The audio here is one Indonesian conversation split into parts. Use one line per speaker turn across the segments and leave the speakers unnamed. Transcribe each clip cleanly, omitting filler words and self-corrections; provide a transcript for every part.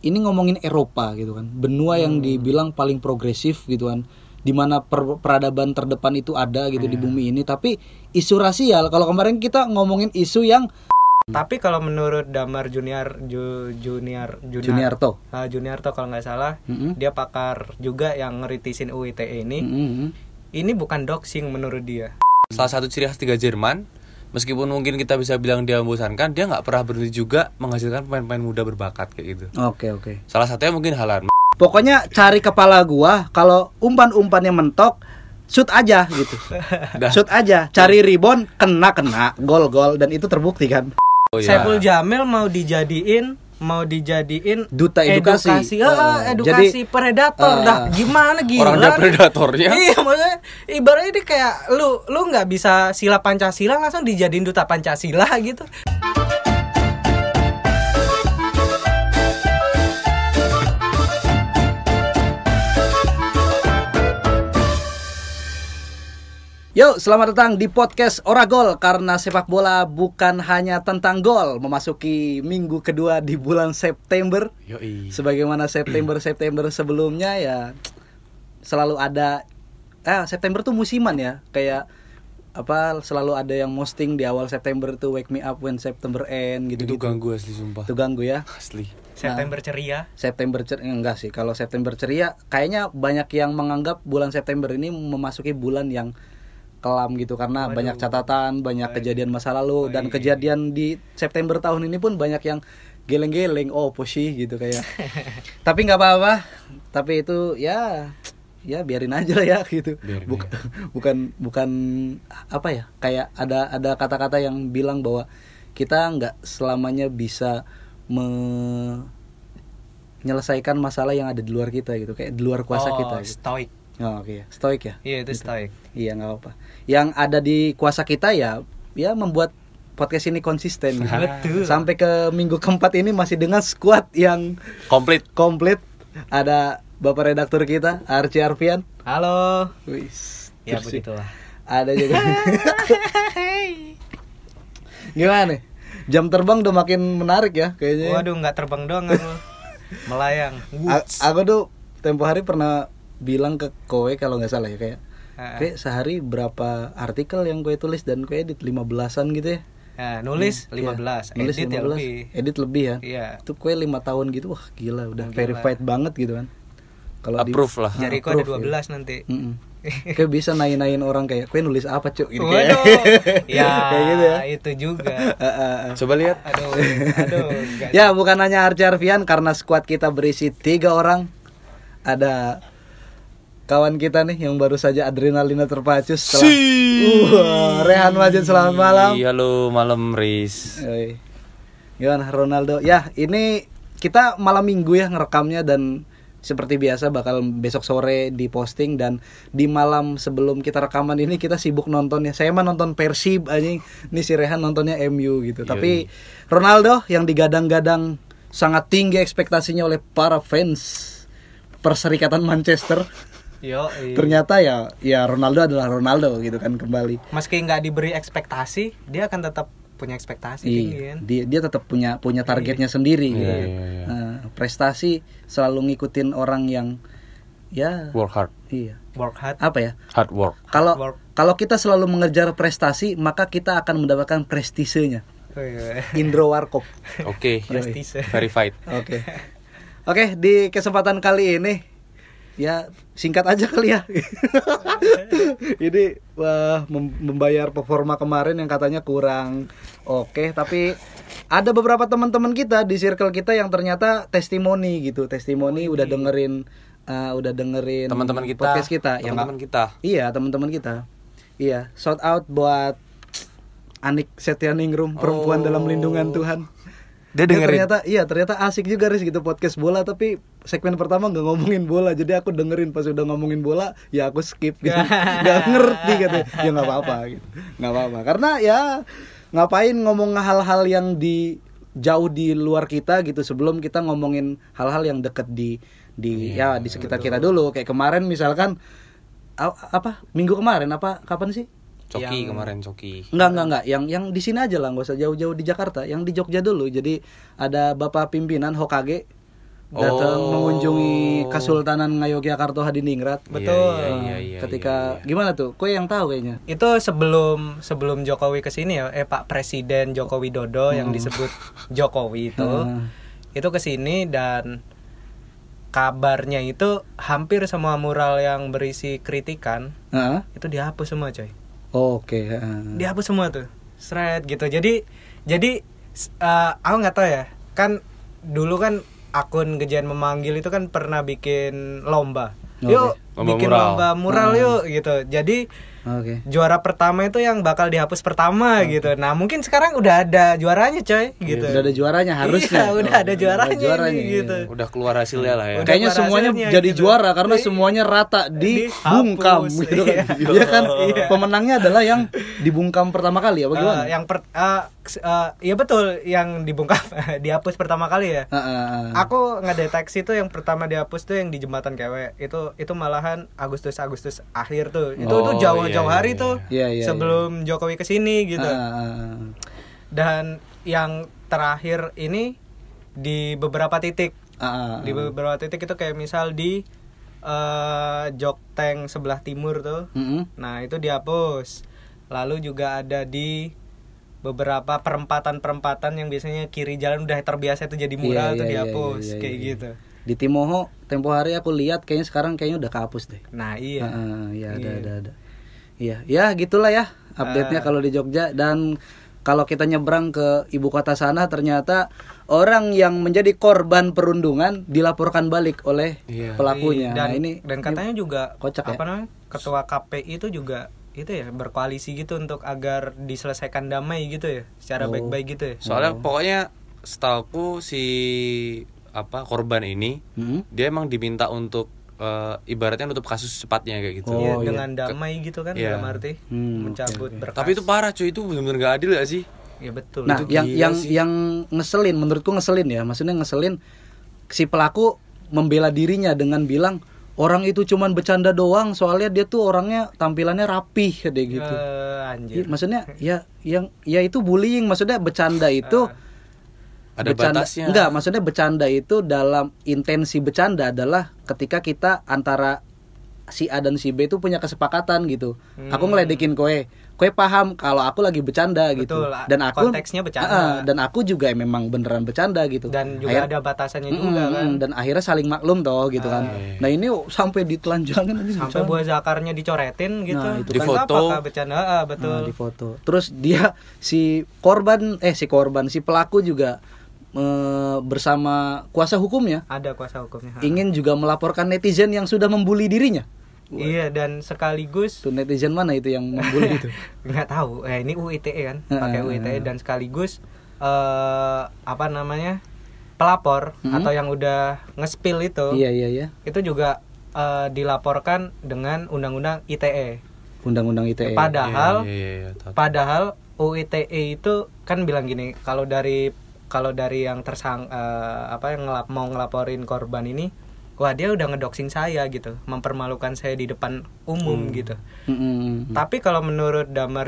ini ngomongin Eropa gitu kan, benua yang dibilang paling progresif gitu kan, di mana peradaban terdepan itu ada gitu di bumi ini. Tapi isu rasial, kalau kemarin kita ngomongin isu yang
tapi kalau menurut Damar Juniarto kalau nggak salah, dia pakar juga yang ngeritisin UU ITE ini. Ini bukan doxing menurut dia.
Salah satu ciri khas Liga Jerman, meskipun mungkin kita bisa bilang dia membosankan, dia nggak pernah berhenti juga menghasilkan pemain-pemain muda berbakat kayak gitu.
Oke.
Salah satunya mungkin Haaland.
Pokoknya cari kepala gua, kalau umpan-umpannya mentok, shoot aja gitu. Shoot aja, cari rebound, kena gol, dan itu terbukti kan.
Oh,
Saiful Jamil mau dijadiin
duta edukasi.
Edukasi predator. Dah gimana gila?
Orang ada predatornya.
Iya, maksudnya ibaratnya ini kayak lu enggak bisa sila Pancasila langsung dijadiin duta Pancasila gitu.
Yuk, selamat datang di podcast Oragol, karena sepak bola bukan hanya tentang gol. Memasuki minggu kedua di bulan September.
Yoi.
Sebagaimana September sebelumnya ya selalu ada September tuh musiman ya. Kayak selalu ada yang posting di awal September tuh wake me up when September end gitu.
Itu ganggu asli sumpah.
Itu ganggu ya.
Asli.
September ceria.
Enggak sih. Kalau September ceria kayaknya banyak yang menganggap bulan September ini memasuki bulan yang kelam gitu, karena banyak catatan, banyak kejadian masa lalu, dan kejadian di September tahun ini pun banyak yang geleng-geleng, posih gitu kayak. Tapi nggak apa-apa, tapi itu ya biarin aja lah ya gitu. Bukan apa ya, kayak ada kata-kata yang bilang bahwa kita nggak selamanya bisa menyelesaikan masalah yang ada di luar kita gitu, kayak di luar kuasa kita gitu.
Stoik.
Oh, oke. Stoik ya?
Iya, itu stoik.
Iya, enggak apa-apa. Yang ada di kuasa kita ya membuat podcast ini konsisten gitu.
Betul.
Sampai ke minggu keempat ini masih dengan squad yang komplit. Ada Bapak redaktur kita, Archie Arfian.
Halo.
Wis.
Ya begitulah.
Ada juga. Gimana nih? Jam terbang udah makin menarik ya kayaknya.
Waduh, enggak terbang doang aku. Melayang.
Aku tuh tempo hari pernah bilang ke kowe kalau nggak salah ya, kayak sehari berapa artikel yang kowe tulis dan kowe edit 15-an gitu ya.
Nulis 15,
nulis
edit
15,
ya lebih.
Edit lebih ya.
Iya.
Itu kowe 5 tahun gitu, wah gila, udah verified banget gitu kan. Kalau
approve lah.
Jariku ada 12 ya. Nanti.
Kayak bisa naik-naikin orang kayak kowe nulis apa cuk gitu.
Waduh. Ya, kayak gitu ya. Itu juga.
Coba lihat.
Aduh.
Ya, bukan hanya Archie Arfian, karena squad kita berisi 3 orang. Ada kawan kita nih yang baru saja adrenalina terpacu setelah Rehan Majid, selamat malam.
Halo, malam Riz.
Gimana Ronaldo? Ya, ini kita malam minggu ya ngerekamnya, dan seperti biasa bakal besok sore diposting, dan di malam sebelum kita rekaman ini kita sibuk nonton ya. Saya mah nonton Persib anjing. Ini si Rehan nontonnya MU gitu. Tapi Ronaldo yang digadang-gadang sangat tinggi ekspektasinya oleh para fans Perserikatan Manchester. Ternyata ya Ronaldo adalah Ronaldo gitu kan kembali.
Meski nggak diberi ekspektasi, dia akan tetap punya ekspektasi tinggi kan.
Dia tetap punya targetnya sendiri gitu. Prestasi selalu ngikutin orang yang
work hard.
Iya.
Work hard.
Apa ya?
Hard work.
Kalau kita selalu mengejar prestasi, maka kita akan mendapatkan prestisenya. Indro Warkop.
Oke.
Prestise.
Verified.
Oke, di kesempatan kali ini ya singkat aja kali ya. Ini membayar performa kemarin yang katanya kurang oke, tapi ada beberapa teman-teman kita di circle kita yang ternyata testimoni udah dengerin
teman-teman kita,
podcast kita,
teman-teman kita.
Iya, teman-teman kita. Iya, shout out buat Anik Setianingrum, perempuan dalam lindungan Tuhan.
Dia dengerin.
Ternyata asik juga Riz gitu podcast bola, tapi segmen pertama nggak ngomongin bola, jadi aku dengerin pas udah ngomongin bola ya aku skip gitu. Nggak ngerti gitu. Ya nggak apa-apa gitu. Nggak apa-apa, karena ya ngapain ngomong hal-hal yang jauh di luar kita gitu sebelum kita ngomongin hal-hal yang deket di sekitar kita dulu. Kayak kemarin misalkan minggu kemarin kapan sih?
Coki.
Enggak. Yang di sini aja lah, enggak usah jauh-jauh di Jakarta, yang di Jogja dulu. Jadi ada Bapak pimpinan Hokage datang mengunjungi Kesultanan Ngayogyakarta Hadiningrat.
Betul.
Iya,
Ketika gimana tuh? Kowe yang tahu kayaknya.
Itu sebelum Jokowi kesini ya, Pak Presiden Joko Widodo yang disebut Jokowi itu kesini, dan kabarnya itu hampir semua mural yang berisi kritikan itu dihapus semua, coy.
Oke.
Dihapus semua tuh, shred gitu. Jadi aku nggak tahu ya, kan dulu kan akun Gejayan Memanggil itu kan pernah bikin lomba. Yuk bikin lomba mural yuk gitu. Jadi juara pertama itu yang bakal dihapus pertama gitu. Nah mungkin sekarang udah ada juaranya, coy, gitu.
Udah ada juaranya harusnya.
Iya, udah ada juaranya gitu.
Udah keluar hasilnya lah ya.
Kayaknya semuanya jadi
gitu.
juara karena semuanya rata dibungkam gitu kan. Iya kan? Pemenangnya adalah yang dibungkam pertama kali apa gimana?
Iya betul, yang dibungkam dihapus pertama kali ya. Aku ngedeteksi tuh yang pertama dihapus tuh yang di Jembatan Kewek. Itu malahan Agustus akhir tuh. Itu jauh hari tuh. Sebelum Jokowi kesini gitu. Dan yang terakhir ini di beberapa titik. Di beberapa titik itu kayak misal di Jokteng sebelah timur tuh. Nah, itu dihapus. Lalu juga ada di beberapa perempatan yang biasanya kiri jalan udah terbiasa itu jadi mural itu dihapus kayak gitu.
Di Timoho tempo hari aku lihat kayaknya sekarang kayaknya udah kehapus deh.
Nah, iya.
Ada. Iya, ya gitulah ya update-nya kalau di Jogja. Dan kalau kita nyebrang ke ibu kota sana, ternyata orang yang menjadi korban perundungan dilaporkan balik oleh pelakunya.
Dan katanya juga
kocak
apa namanya? Ketua KPI itu juga itu ya berkoalisi gitu untuk agar diselesaikan damai gitu ya, secara baik-baik gitu ya.
Soalnya pokoknya setauku si korban ini dia emang diminta untuk ibaratnya nutup kasus secepatnya kayak gitu.
Dengan damai gitu kan, dalam arti mencabut berkas.
Tapi itu parah cuy, itu benar-benar gak adil gak sih?
Ya betul.
Nah, yang ngeselin, menurutku ngeselin ya. Maksudnya ngeselin si pelaku membela dirinya dengan bilang orang itu cuman bercanda doang, soalnya dia tuh orangnya tampilannya rapih kayak gitu.
Anjir.
Maksudnya ya itu bullying, maksudnya bercanda itu
ada batasnya.
Enggak, maksudnya bercanda itu dalam intensi bercanda adalah ketika kita antara si A dan si B itu punya kesepakatan gitu. Aku ngeledekin kowe paham kalau aku lagi bercanda gitu. Dan aku
konteksnya bercanda.
Dan aku juga memang beneran bercanda gitu.
Dan juga ada batasannya juga kan.
Dan akhirnya saling maklum toh gitu kan. Nah, ini sampai ditelanjangin
sampai buah zakarnya dicoretin gitu.
Nah, itu
di
kan
foto.
Apakah bercanda? Betul.
Di foto. Terus dia si pelaku juga bersama kuasa hukumnya.
Ada kuasa hukumnya.
Ingin juga melaporkan netizen yang sudah membuli dirinya.
Iya, dan sekaligus
tuh netizen mana itu yang membuli itu?
Nggak tahu. Ini UITE kan, pakai UITE, dan sekaligus pelapor atau yang udah nge-spill itu.
Iya.
Itu juga dilaporkan dengan undang-undang ITE.
Undang-undang ITE.
Padahal UITE itu kan bilang gini, kalau dari yang yang mau ngelaporin korban ini, wah dia udah ngedoxing saya gitu, mempermalukan saya di depan umum gitu. Tapi kalau menurut Damar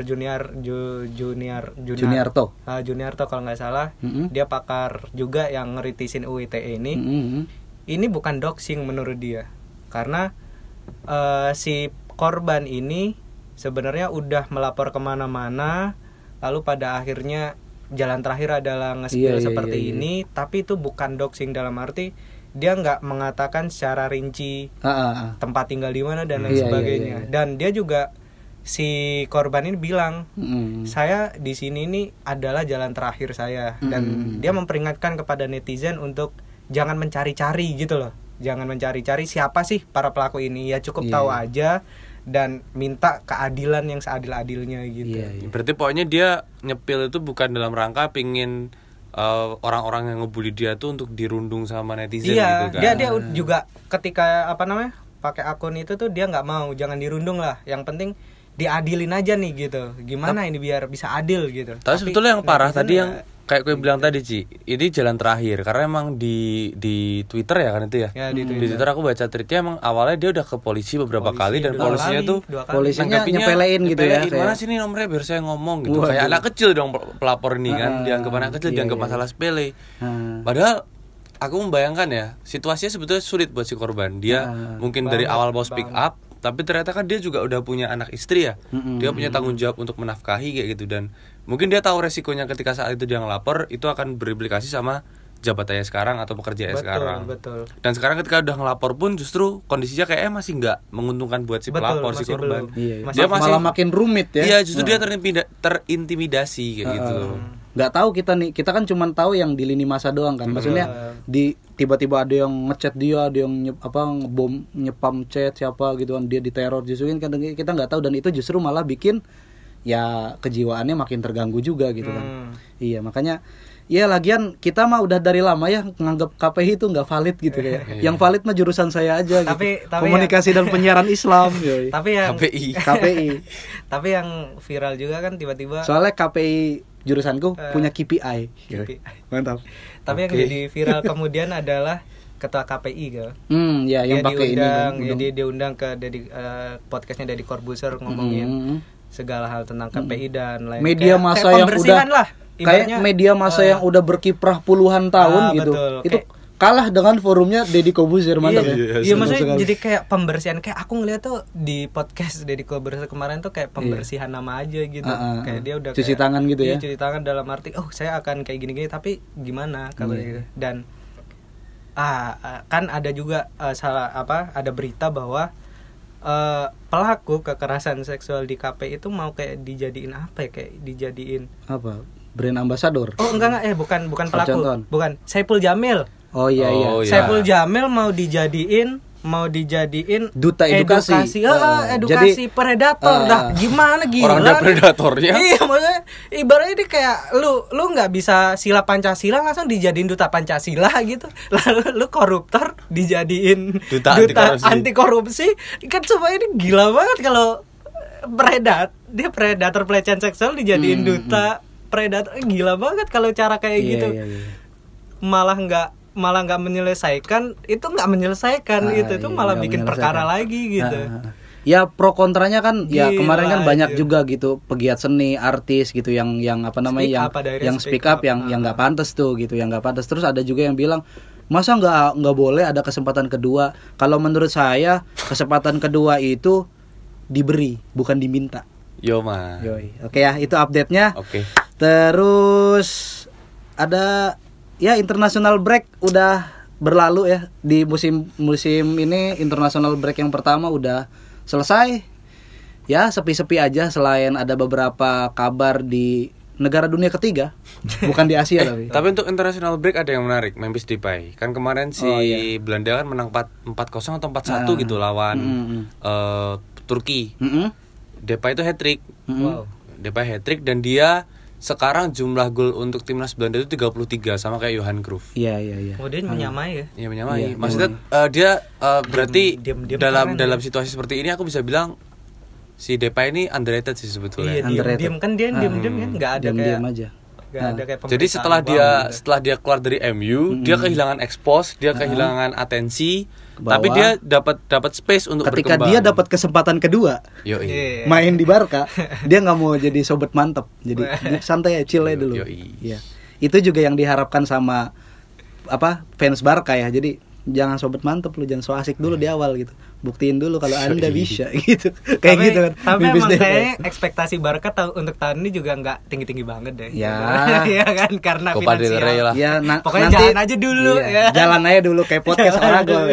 Juniarto kalau nggak salah, dia pakar juga yang ngeritisin UITE ini. Ini bukan doxing menurut dia, karena si korban ini sebenarnya udah melapor kemana-mana, lalu pada akhirnya jalan terakhir adalah nge-spill seperti ini. Tapi itu bukan doxing dalam arti dia nggak mengatakan secara rinci tempat tinggal di mana dan lain sebagainya. Dan dia juga, si korban ini bilang, saya di sini ini adalah jalan terakhir saya. Dan dia memperingatkan kepada netizen untuk jangan mencari-cari gitu loh. Jangan mencari-cari siapa sih para pelaku ini, ya cukup tahu aja dan minta keadilan yang seadil-adilnya gitu.
Berarti pokoknya dia nyepil itu bukan dalam rangka pingin orang-orang yang ngebully dia tuh untuk dirundung sama netizen gitu kan.
Dia juga ketika pakai akun itu tuh dia nggak mau, jangan dirundung lah. Yang penting diadilin aja nih gitu. Gimana ini biar bisa adil gitu.
Tapi sebetulnya yang parah tadi yang kayak gue bilang tadi, Ci, ini jalan terakhir karena emang di Twitter ya kan itu ya.
Di
Twitter aku baca tweetnya, emang awalnya dia udah ke polisi beberapa kali dan polisinya tuh
nyepelein gitu ya.
Mana sih ini nomornya biar saya ngomong gitu. Kayak anak kecil dong pelapor ini kan, dianggap anak kecil, dianggap masalah sepele. Padahal aku membayangkan ya, situasinya sebetulnya sulit buat si korban. Dia mungkin dari awal mau speak up, tapi ternyata kan dia juga udah punya anak istri ya. Dia punya tanggung jawab untuk menafkahi kayak gitu, dan mungkin dia tahu resikonya ketika saat itu dia ngelapor itu akan berimplikasi sama jabatannya sekarang atau pekerjaannya sekarang.
Betul.
Dan sekarang ketika udah ngelapor pun justru kondisinya kayaknya masih nggak menguntungkan buat si pelapor, si korban.
Dia malah makin rumit ya.
Iya, justru dia terintimidasi kayak gitu loh.
Nggak tahu kita kan cuma tahu yang di lini masa doang kan. Maksudnya di tiba-tiba ada yang ngechat dia, ada yang ngebom, nyepam chat siapa gitu kan, dia diteror, justru kan kita nggak tahu, dan itu justru malah bikin ya kejiwaannya makin terganggu juga gitu kan. Iya, makanya ya lagian kita mah udah dari lama ya nganggap KPI itu nggak valid gitu kayak. Yang valid mah jurusan saya aja gitu. Komunikasi dan penyiaran Islam.
Tapi yang
KPI.
Tapi yang viral juga kan tiba-tiba.
Soalnya KPI jurusanku punya KPI. Mantap.
Tapi yang jadi viral kemudian adalah ketua KPI kan.
Ya yang pakai ini.
Jadi diundang ke podcastnya Deddy Corbuzier ngomongin segala hal tentang KPI dan lain.
Media massa yang udah kayak media massa yang udah berkiprah puluhan tahun gitu.
Betul.
Itu kalah dengan forumnya Deddy Corbuzier, mantap ya.
Iya, maksudnya jadi kayak pembersihan, kayak aku ngeliat tuh di podcast Deddy Corbuzier kemarin tuh kayak pembersihan nama aja gitu. Kayak dia udah
cuci tangan gitu ya.
Cuci tangan dalam arti saya akan kayak gini-gini, tapi gimana kalau gitu. Dan kan ada juga ada berita bahwa pelaku kekerasan seksual di KPI itu mau kayak dijadiin
brand ambassador.
Oh enggak bukan pelaku. Bukan, Saipul Jamil.
Oh iya.
Saipul Jamil mau dijadiin
duta edukasi.
Edukasi predator. Gimana gila?
Orang ada predatornya.
Iya, maksudnya ibaratnya ini kayak lu enggak bisa sila Pancasila langsung dijadiin duta Pancasila gitu. Lalu lu koruptor dijadiin duta anti korupsi. Kan semua ini gila banget kalau predator pelecehan seksual dijadiin duta predator. Gila banget kalau cara kayak gitu. Iya. Malah nggak menyelesaikan itu malah bikin perkara lagi gitu.
Ya pro kontranya kan ya kemarin kan banyak juga gitu pegiat seni, artis gitu yang speak up yang nggak pantas tuh gitu, yang nggak pantas. Terus ada juga yang bilang masa nggak boleh ada kesempatan kedua. Kalau menurut saya kesempatan kedua itu diberi bukan diminta. Oke ya, itu update-nya.
Oke.
Terus ada ya international break udah berlalu ya. Di musim ini international break yang pertama udah selesai. Ya sepi-sepi aja, selain ada beberapa kabar di negara dunia ketiga, bukan di Asia tapi.
Tapi untuk international break ada yang menarik, Memphis Depay. Kan kemarin Belanda kan menang 4-0 atau 4-1 gitu lawan Turki. Depay itu hat-trick.
Wow.
Depay hat-trick dan dia sekarang jumlah gol untuk timnas Belanda itu 33 sama kayak Johan Cruyff.
Iya.
Oh, dia menyamai ya?
Iya, menyamai. Maksudnya dia berarti dalam situasi seperti ini aku bisa bilang si Depay ini underrated sih sebetulnya.
Iya, diam kan dia diam kan enggak ada
diam aja.
Jadi setelah dia keluar dari MU, dia kehilangan expose, dia kehilangan atensi, tapi dia dapat space untuk
ketika
berkembang.
Dia dapat kesempatan kedua main di Barca, dia nggak mau jadi sobat mantep, jadi santai chill aja dulu. Iya. Itu juga yang diharapkan sama fans Barca ya. Jadi jangan sobat mantep lu, jangan so asik dulu di awal gitu. Buktiin dulu kalau Anda bisa gitu. Kayak gitu kan.
Tapi emang kayaknya ekspektasi Barca untuk tahun ini juga nggak tinggi-tinggi banget deh.
Ya.
Iya kan, karena
Copa del Rey lah.
Ya,
pokoknya nanti, jalan aja dulu ya.
Jalan aja dulu kayak podcast Aragol.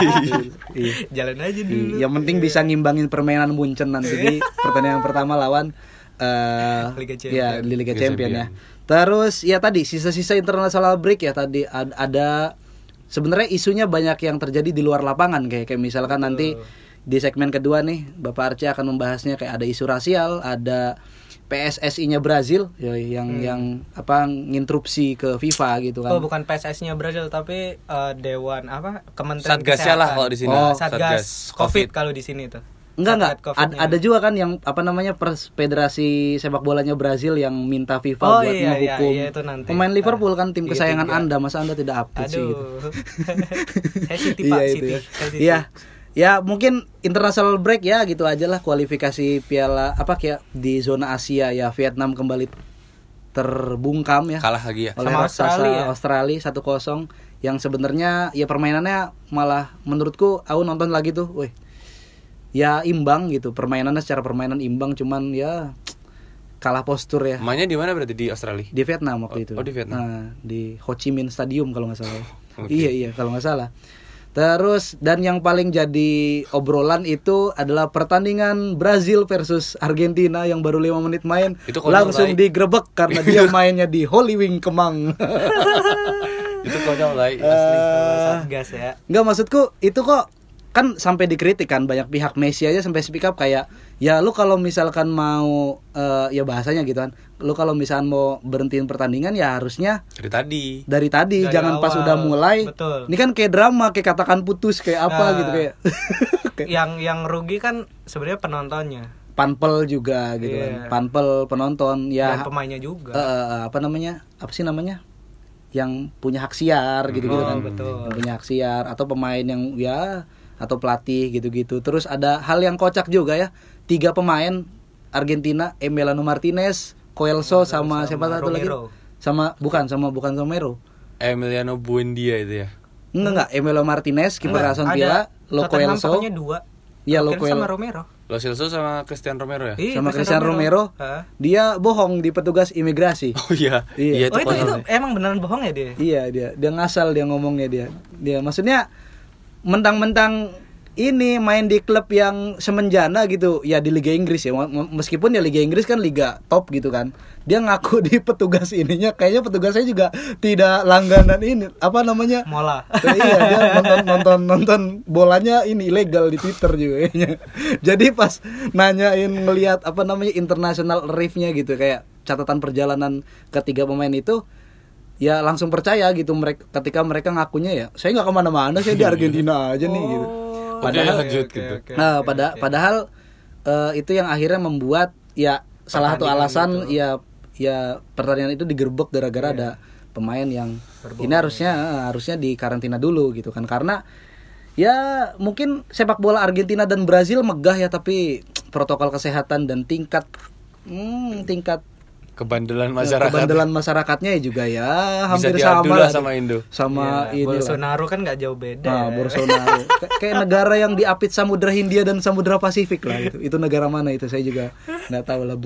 Jalan aja dulu.
Yang penting bisa ngimbangin permainan Munchen nanti di pertandingan pertama lawan
Liga Champions.
di Liga Champions ya. Terus ya tadi sisa-sisa international break ya, tadi ada sebenarnya isunya banyak yang terjadi di luar lapangan, kayak misalkan nanti di segmen kedua nih Bapak Arce akan membahasnya, kayak ada isu rasial, ada PSSI-nya Brazil yang nginterupsi ke FIFA gitu kan.
Oh, bukan PSSI-nya Brazil tapi dewan Kementerian
Satgas
Kesehatan.
lah kalau di sini.
Satgas COVID kalau di sini tuh.
Enggak. Ada juga kan yang Federasi Sepak Bolanya Brazil yang minta FIFA buat menghukum pemain Liverpool kan, tim kesayangan Anda, masa Anda tidak update sih gitu.
Saya City Pak, City.
Iya. Ya mungkin international break ya gitu aja lah, kualifikasi piala kayak di zona Asia ya, Vietnam kembali terbungkam ya.
Kalah lagi ya
oleh
sama Australia
1-0. yang sebenarnya ya permainannya malah menurutku aku nonton lagi tuh, wih, ya imbang gitu, permainannya secara permainan imbang, cuman ya kalah postur ya.
Mainnya di mana berarti, di Australia?
Di Vietnam waktu itu.
Oh, di Vietnam.
Nah, di Ho Chi Minh Stadium kalau nggak salah.
Okay.
Iya kalau nggak salah. Terus dan yang paling jadi obrolan itu adalah pertandingan Brazil versus Argentina yang baru 5 menit main langsung digrebek karena dia mainnya di Holy Wing Kemang.
Itu konyol lah,
asli Satgas ya.
Enggak, maksudku itu kok kan sampai dikritik kan, banyak pihak. Messi aja sampai speak up kayak, ya lu kalau misalkan mau ya bahasanya gitu kan, lu kalau misalkan mau berhentiin pertandingan ya harusnya dari tadi jangan awal. Pas udah mulai.
Betul.
Ini kan kayak drama, kayak katakan putus kayak apa gitu kayak.
yang rugi kan sebenarnya penontonnya.
Panpel juga gitu kan. Panpel penonton ya.
Dan pemainnya juga.
Apa sih namanya? Yang punya hak siar gitu-gitu kan.
Betul.
Yang punya hak siar atau pemain yang ya atau pelatih gitu-gitu. Terus ada hal yang kocak juga ya. 3 pemain Argentina, Emiliano Martinez, Coelho sama siapa satu lagi? Bukan Romero.
Emiliano Buendia itu ya.
Enggak, Emiliano Martinez kiper Aston Villa, Lo Coelho.
Pokoknya 2.
Iya, Lo Coelho
sama Romero.
Lo Celso sama Cristiano Romero ya?
Sama Cristiano Romero. Dia bohong di petugas imigrasi.
Oh iya.
Itu emang beneran bohong ya dia?
Iya, dia ngasal dia ngomongnya dia. Dia maksudnya mentang-mentang ini main di klub yang semenjana gitu ya di Liga Inggris ya, meskipun ya Liga Inggris kan liga top gitu kan, dia ngaku di petugas ininya kayaknya petugasnya juga tidak langganan ini apa namanya
mola.
Iya, dia nonton bolanya ini ilegal di Twitter juga kayaknya. Jadi pas nanyain ngelihat apa namanya international review-nya gitu, kayak catatan perjalanan ketiga pemain itu, ya langsung percaya gitu mereka ketika mereka ngakunya ya saya nggak kemana-mana, saya di Argentina aja nih gitu.
Padahal gitu.
Nah, padahal itu yang akhirnya membuat ya salah satu alasan gitu. ya pertandingan itu digerebek gara-gara ada pemain yang berbahaya. Ini harusnya di karantina dulu gitu kan, karena ya mungkin sepak bola Argentina dan Brazil megah ya, tapi protokol kesehatan dan tingkat
kebandelan
masyarakatnya juga ya hampir sama
Indo.
Sama
ini Bolsonaro kan nggak jauh beda.
Nah, Bolsonaro kayak negara yang diapit Samudra Hindia dan Samudra Pasifik lah itu. Itu negara mana itu saya juga nggak tahu lah,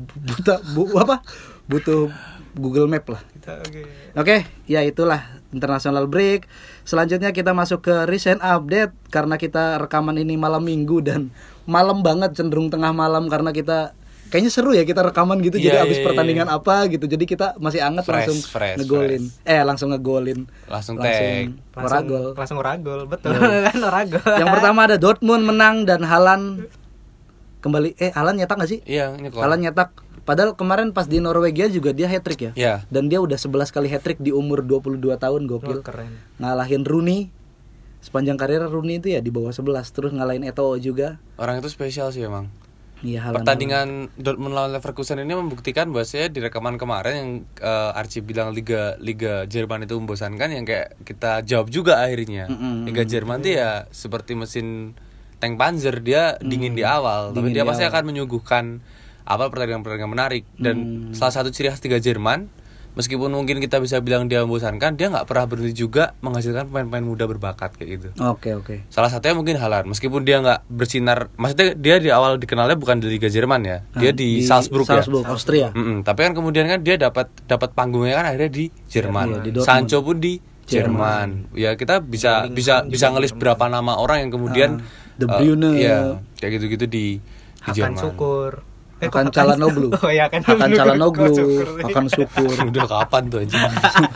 butuh Google Map lah. Oke, ya itulah international break. Selanjutnya kita masuk ke recent update karena kita rekaman ini malam Minggu dan malam banget, cenderung tengah malam karena kita kayaknya seru ya kita rekaman gitu, jadi abis pertandingan apa gitu, jadi kita masih anget langsung ngegolin, langsung
oragol, betul kan oragol.
Yang pertama ada Dortmund menang dan Haaland kembali, Haaland nyetak nggak sih?
Iya,
Haaland nyetak. Padahal kemarin pas di Norwegia juga dia hat-trick ya.
Iya.
Dan dia udah 11 kali hat-trick di umur 22 tahun, gokil.
Keren.
Ngalahin Rooney. Sepanjang karir Rooney itu ya di bawah 11, terus ngalahin Eto'o juga.
Orang itu spesial sih emang.
Iya,
pertandingan Dortmund lawan Leverkusen ini membuktikan bahwa saya di rekaman kemarin yang Archie bilang Liga Jerman itu membosankan, yang kayak kita jawab juga akhirnya. Liga Jerman itu ya seperti mesin tank Panzer, dia dingin di awal, tapi dia pasti akan menyuguhkan pertandingan menarik. Dan salah satu ciri khas Liga Jerman, meskipun mungkin kita bisa bilang dia membosankan, dia nggak pernah berhenti juga menghasilkan pemain-pemain muda berbakat kayak gitu.
Oke.
Salah satunya mungkin Haaland, meskipun dia nggak bersinar, maksudnya dia di awal dikenalnya bukan di Liga Jerman ya, dia di Salzburg ya,
Austria.
Tapi kan kemudian kan dia dapat panggungnya kan akhirnya di Jerman. Di Sancho pun di Jerman. Ya kita bisa ngelis berapa nama orang yang kemudian
De Bruyne,
kayak gitu-gitu di Jerman.
Syukur.
Akan Calhanoglu.
Oh ya,
akan Calhanoglu. Akan Syukur.
Udah kapan tuh anjing?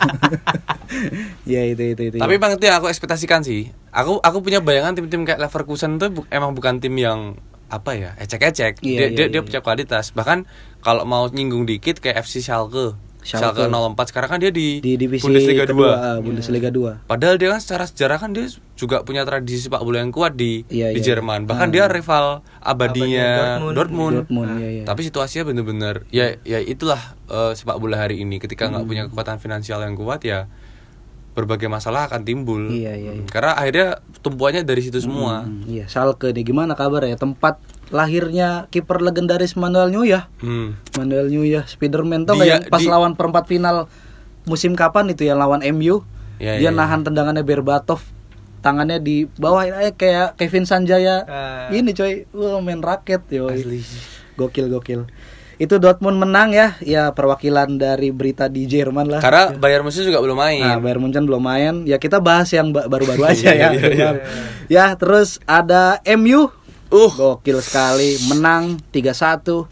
Ya itu.
Tapi bang, itu yang aku ekspektasikan sih. Aku punya bayangan tim-tim kayak Leverkusen itu emang bukan tim yang ecek-ecek. Dia punya kualitas. Bahkan kalau mau nyinggung dikit kayak FC Schalke 04 sekarang kan dia di
divisi
Bundesliga
kedua, Bundesliga 2.
Padahal dia kan secara sejarah kan dia juga punya tradisi sepak bola yang kuat di Jerman. Bahkan dia rival abadinya Dortmund. Tapi situasinya benar-benar ya itulah sepak bola hari ini. Ketika nggak punya kekuatan finansial yang kuat, ya berbagai masalah akan timbul. Karena akhirnya tumpuannya dari situ semua.
Schalke nih gimana kabar ya? Tempat lahirnya kiper legendaris Manuel Neuer. Manuel Neuer, Spiderman tuh yang pas lawan perempat final musim kapan itu ya lawan MU. Dia nahan tendangannya Berbatov, tangannya di bawah kayak Kevin Sanjaya. Ini coy, main raket yo. Gokil. Itu Dortmund menang ya perwakilan dari berita di Jerman lah.
Karena Bayern Munchen juga belum main.
Nah, Bayern Munchen belum main. Ya kita bahas yang baru-baru aja ya. Ya, terus ada MU. Gokil sekali, menang 4-1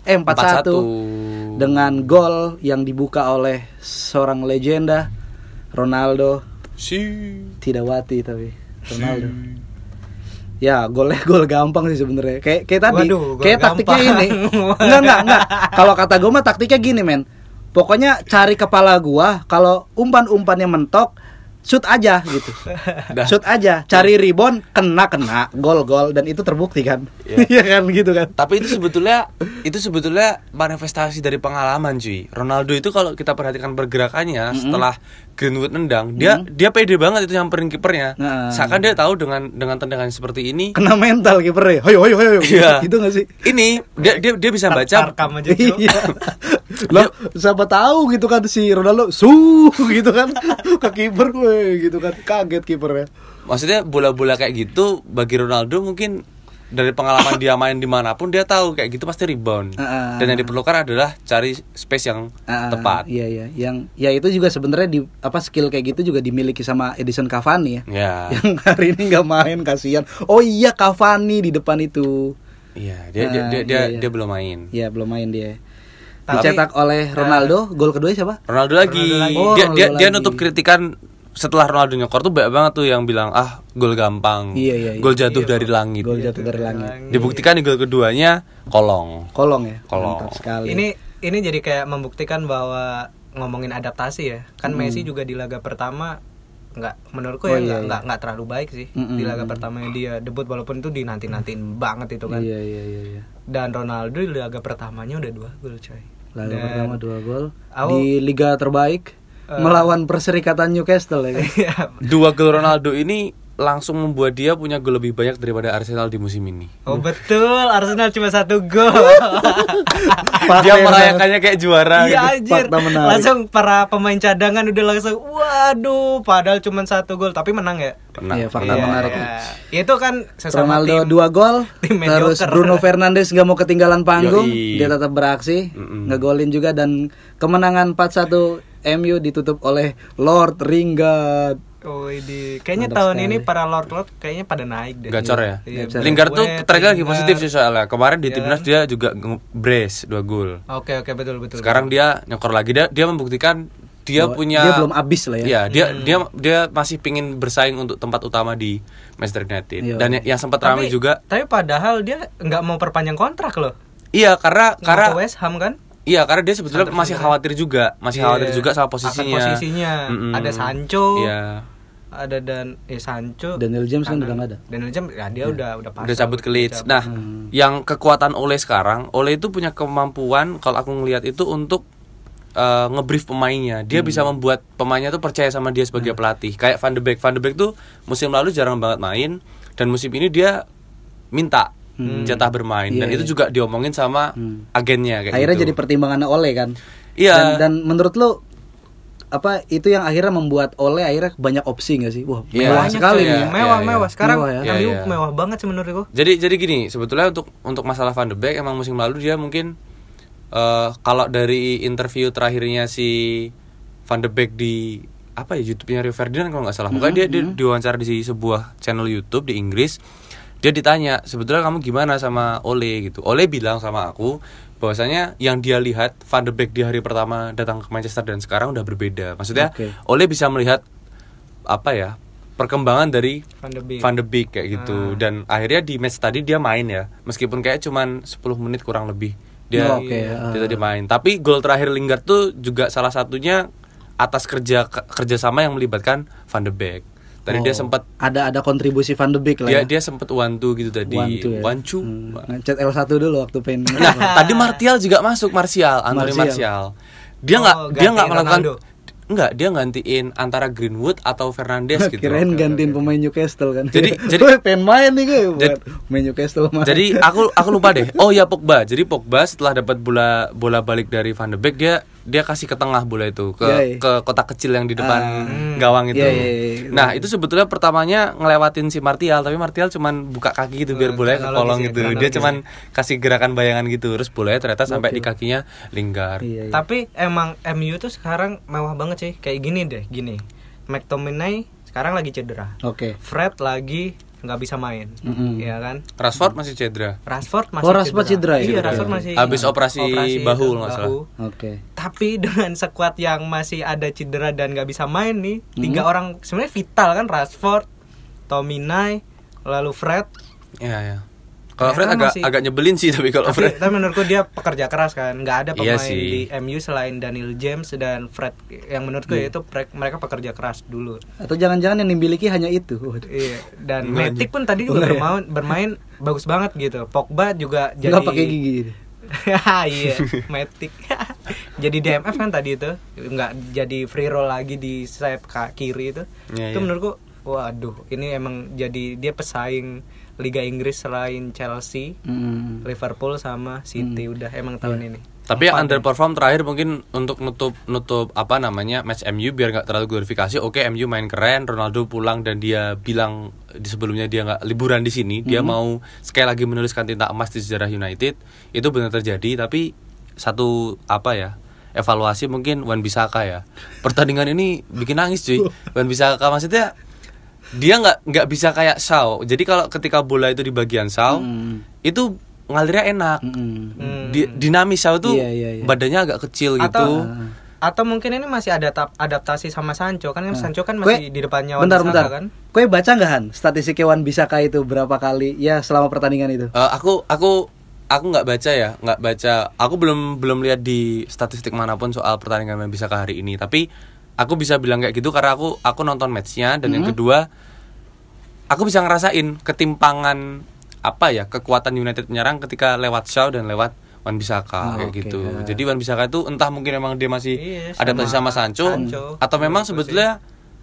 dengan gol yang dibuka oleh seorang legenda, Ronaldo. Tidak wati tapi Ronaldo. Ya, gol gampang sih sebenarnya. Kayak tadi, kayak taktiknya ini. Enggak. Kalau kata gue mah taktiknya gini, men. Pokoknya cari kepala gua, kalau umpan-umpannya mentok, shoot aja gitu. Shoot aja, cari rebound, kena gol dan itu terbukti kan. Iya kan gitu kan.
Tapi itu sebetulnya manifestasi dari pengalaman cuy. Ronaldo itu kalau kita perhatikan pergerakannya setelah Greenwood nendang, dia pede banget itu nyamperin kipernya. Seakan dia tahu dengan tendangan seperti ini
kena mental kipernya. Hayo.
Iya.
Gitu enggak sih?
Ini dia bisa baca
aja iya.
Loh, siapa tahu gitu kan si Ronaldo gitu kan ke kiper gue gitu kan, kaget kipernya.
Maksudnya bola-bola kayak gitu bagi Ronaldo mungkin dari pengalaman dia main dimanapun dia tahu kayak gitu pasti rebound. Dan yang diperlukan adalah cari space yang tepat.
Iya. Yang ya itu juga sebenarnya skill kayak gitu juga dimiliki sama Edison Cavani ya. Yang hari ini nggak main, kasihan. Oh iya, Cavani di depan itu.
Iya, dia belum main.
Iya, belum main dia. Dicetak oleh Ronaldo. Gol kedua siapa?
Ronaldo lagi. Dia nutup kritikan setelah Ronaldo nyokor tuh banyak banget tuh yang bilang gol gampang.
Iya.
Gol jatuh dari langit.
Gol jatuh dari langit.
Dibuktikan di gol keduanya kolong
ya.
Kolong.
Sekali.
Ini jadi kayak membuktikan bahwa ngomongin adaptasi ya. Kan Messi juga di laga pertama menurutku nggak terlalu baik sih. Di laga pertamanya dia debut walaupun itu dinanti-nantiin banget itu kan.
Iya.
Dan Ronaldo di laga pertamanya udah 2 gol coy.
Laga pertama 2 gol di liga terbaik melawan Perserikatan Newcastle ya kan.
2 gol Ronaldo ini langsung membuat dia punya gol lebih banyak daripada Arsenal di musim ini.
Oh betul, Arsenal cuma 1 gol.
Dia merayakannya kayak juara.
Iya anjir. Langsung para pemain cadangan udah langsung waduh, padahal cuma 1 gol tapi menang ya.
Iya, fakta menarik.
Itu kan sesama
Ronaldo
tim,
2 gol. Terus Bruno Fernandes gak mau ketinggalan panggung.
Yoi.
Dia tetap beraksi, ngegolin juga, dan kemenangan 4-1 MU ditutup oleh Lord Lingard.
Oh ini kayaknya mantap tahun sekali. Ini para Lord kayaknya pada naik deh.
Gacor ya. Lingard tuh terakhir lagi positif sih soalnya. Kemarin di timnas dia juga brace 2 gol.
Oke betul.
Sekarang dia nyokor lagi, dia membuktikan dia
belum habis lah ya.
Iya, dia masih pingin bersaing untuk tempat utama di Manchester United. Iya. Dan yang sempat ramai juga.
Tapi padahal dia nggak mau perpanjang kontrak loh.
Iya, karena
West Ham kan.
Iya, karena dia sebetulnya masih khawatir juga sama posisinya.
Ada Sancho.
Iya.
Ada Sancho.
Daniel James kan udah nggak ada.
Daniel James ya dia udah pasang.
Udah cabut ke Leeds. Nah, yang kekuatan Ole sekarang, Ole itu punya kemampuan kalau aku ngelihat itu untuk ngebrief pemainnya. Dia bisa membuat pemainnya tuh percaya sama dia sebagai pelatih. Kayak Van de Beek tuh musim lalu jarang banget main dan musim ini dia minta jatah bermain dan itu juga diomongin sama agennya kayak
akhirnya
gitu.
Jadi pertimbangan Ole kan.
Iya.
Dan menurut lo itu yang akhirnya membuat Ole akhirnya banyak opsi nggak sih? Wah, mewah sekali nih.
Mewah. Sekarang
mewah,
mewah banget sih menurutku.
Jadi gini, sebetulnya untuk masalah Van de Beek emang musim lalu dia mungkin kalau dari interview terakhirnya si Van de Beek di YouTube-nya Rio Ferdinand kalau nggak salah. Pokoknya dia diwawancara di sebuah channel YouTube di Inggris. Dia ditanya, sebetulnya kamu gimana sama Ole gitu. Ole bilang sama aku bahwasanya yang dia lihat Van de Beek di hari pertama datang ke Manchester dan sekarang udah berbeda. Maksudnya Ole bisa melihat perkembangan dari Van de Beek kayak gitu. Dan akhirnya di match tadi dia main ya. Meskipun kayak cuman 10 menit kurang lebih. Dia tadi main. Tapi gol terakhir Lingard tuh juga salah satunya atas kerjasama yang melibatkan Van de Beek. Tadi dia sempat
ada kontribusi Van de Beek lah ya.
Dia sempat 1-2 gitu tadi. 1-2
Ngechat L1 dulu waktu pengen.
Nah, tadi Martial juga masuk, Anthony Martial. Dia enggak melakukan dia gantiin antara Greenwood atau Fernandes gitu.
Kirain gantiin pemain Newcastle kan.
Jadi
pengen main nih gue buat pemain Newcastle main.
Jadi aku lupa deh. Oh ya Pogba. Jadi Pogba setelah dapat bola balik dari Van de Beek dia dia kasih ke tengah bola itu ke kotak kecil yang di depan gawang itu. Nah, itu sebetulnya pertamanya ngelewatin si Martial, tapi Martial cuman buka kaki gitu biar bolanya ke kolong gitu. Dia cuman kasih gerakan bayangan gitu, terus bolanya ternyata sampai di kakinya Lingard.
Tapi emang MU tuh sekarang mewah banget sih. Kayak gini. McTominay sekarang lagi cedera. Fred lagi nggak bisa main, ya kan?
Rashford masih cedera.
Rashford cedera. Iya, Rashford masih.
Habis operasi bahu nggak salah.
Tapi dengan skuad yang masih ada cedera dan nggak bisa main nih, 3 orang sebenarnya vital kan, Rashford, Tominay, lalu Fred.
Iya. Kalau Fred agak nyebelin sih, tapi kalau Fred.
Tapi menurutku dia pekerja keras kan. Nggak ada pemain di MU selain Daniel James dan Fred yang menurutku itu mereka pekerja keras dulu.
Atau jangan-jangan yang dimiliki hanya itu.
Iya. Dan Matic pun tadi juga bermain bagus banget gitu. Pogba juga jadi.
Nggak pakai gigi.
Iya, Matic. Jadi DMF kan tadi itu, nggak jadi free roll lagi di sayap kiri itu. Itu menurutku, waduh, ini emang jadi dia pesaing Liga Inggris selain Chelsea, Liverpool sama City udah emang tahun ini.
Tapi yang underperform terakhir mungkin untuk nutup match MU biar nggak terlalu glorifikasi. Oke, MU main keren, Ronaldo pulang dan dia bilang di sebelumnya dia nggak liburan di sini, dia mau sekali lagi menuliskan tinta emas di sejarah United. Itu benar terjadi, tapi satu evaluasi mungkin Wan-Bissaka ya. Pertandingan ini bikin nangis cuy. Wan-Bissaka maksudnya dia nggak bisa kayak Shaw. Jadi kalau ketika bola itu di bagian Shaw itu ngalirnya enak. Dinamis Shaw tuh badannya agak kecil gitu.
Atau mungkin ini masih ada adaptasi sama Sancho kan Sancho kan masih di depannya Wan-Bissaka kan.
Kowe baca nggak Han statistik Wan-Bissaka itu berapa kali ya selama pertandingan itu?
Aku nggak baca. Aku belum lihat di statistik manapun soal pertandingan Wan-Bissaka hari ini. Tapi aku bisa bilang kayak gitu karena aku nonton matchnya. Dan yang kedua, aku bisa ngerasain ketimpangan kekuatan United menyerang ketika lewat Shaw dan lewat Wan-Bissaka kayak gitu. Jadi Wan-Bissaka itu entah mungkin memang dia masih adaptasi sama Sancho atau memang sebetulnya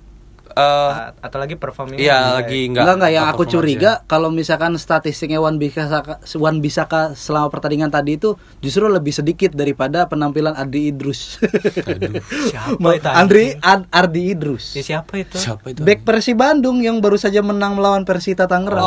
atau lagi performnya
lagi
enggak yang aku curiga kalau misalkan statistiknya Wan-Bissaka selama pertandingan tadi itu justru lebih sedikit daripada penampilan Ardi Idrus.
Siapa itu?
Ardi Idrus.
Ya, siapa itu?
Bek Persi Bandung yang baru saja menang melawan Persita Tangerang.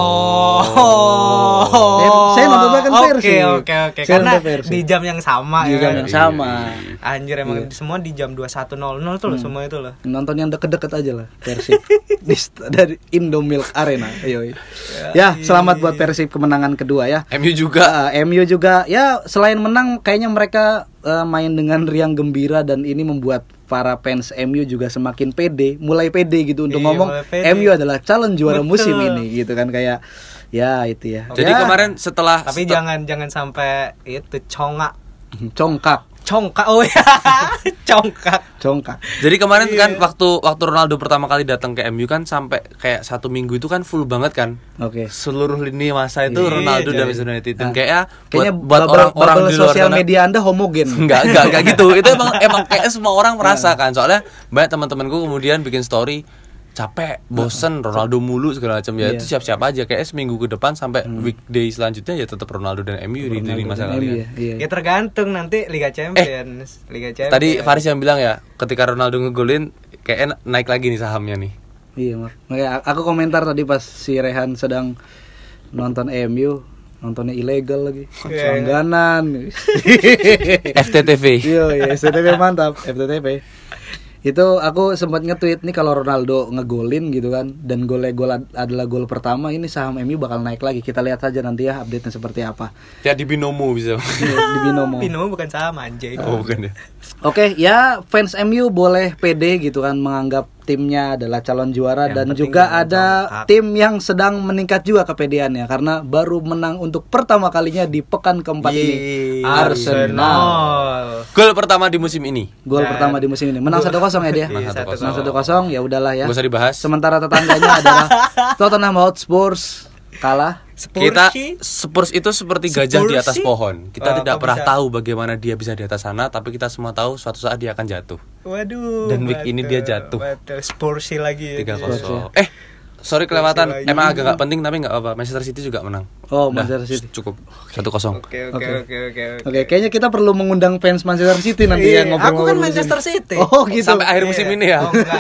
Saya nonton kan Persi.
Oke. Karena di jam yang sama Anjir emang semua di jam 21.00 tuh loh semua itu loh.
Nonton yang deket-deket aja lah. Persib dari Indomilk Arena. Selamat buat Persib kemenangan kedua ya.
MU juga
ya selain menang kayaknya mereka main dengan riang gembira dan ini membuat para fans MU juga semakin mulai pede gitu untuk ngomong MU adalah calon juara musim ini gitu kan kayak itu ya.
Jadi kemarin setelah
jangan sampai itu
congkak.
Jadi kemarin kan waktu Ronaldo pertama kali datang ke MU kan sampai kayak 1 minggu itu kan full banget kan. Seluruh lini masa itu Ronaldo dan Manchester United. Dan kayaknya buat orang-orang di luar
sosial
sana,
media Anda homogen.
Enggak gitu. Itu emang kayak semua orang merasa kan. Soalnya banyak teman-temanku kemudian bikin story capek, bosen, Ronaldo mulu segala macam ya. Itu siap-siap aja kayak seminggu ke depan sampai weekday selanjutnya ya tetap Ronaldo dan MU di lini masa kalian.
Ya tergantung nanti Liga Champions.
Tadi Faris yang bilang ya, ketika Ronaldo ngegolin kayak naik lagi nih sahamnya nih.
Iya, makanya aku komentar tadi pas si Rehan sedang nonton MU, nontonnya ilegal lagi. Langganan.
FTTV.
Iya, FTTV mantap, FTTV. Itu aku sempat nge-tweet nih kalau Ronaldo ngegolin gitu kan dan gol adalah gol pertama, ini saham MU bakal naik lagi. Kita lihat saja nanti ya update-nya seperti apa.
Ya di Binomo bisa.
Di Binomo.
Binomo bukan saham anjay.
Bukan ya.
Oke, ya fans MU boleh pede gitu kan menganggap timnya adalah calon juara dan juga ada tim yang sedang meningkat juga kepedeannya karena baru menang untuk pertama kalinya di pekan keempat ini. Arsenal.
Gol pertama di musim ini.
Pertama di musim ini. Menang 1-0 ya dia.
Menang
1-0 ya udahlah ya.
Gak usah dibahas.
Sementara tetangganya adalah Tottenham Hotspur kalah.
Spurs itu seperti gajah di atas pohon. Kita tidak pernah tahu bagaimana dia bisa di atas sana, tapi kita semua tahu suatu saat dia akan jatuh.
Waduh.
Dan week ini dia jatuh.
Spurs lagi.
3-0. sorry kelewatan. Emang agak nggak penting tapi nggak apa. Manchester City juga menang.
Oh, Manchester City.
Cukup 1-0.
Oke, kayaknya kita perlu mengundang fans Manchester City nanti ya ngobrol.
Aku kan Manchester City.
Oh, gitu.
Sampai akhir musim ini ya.
Oh, enggak.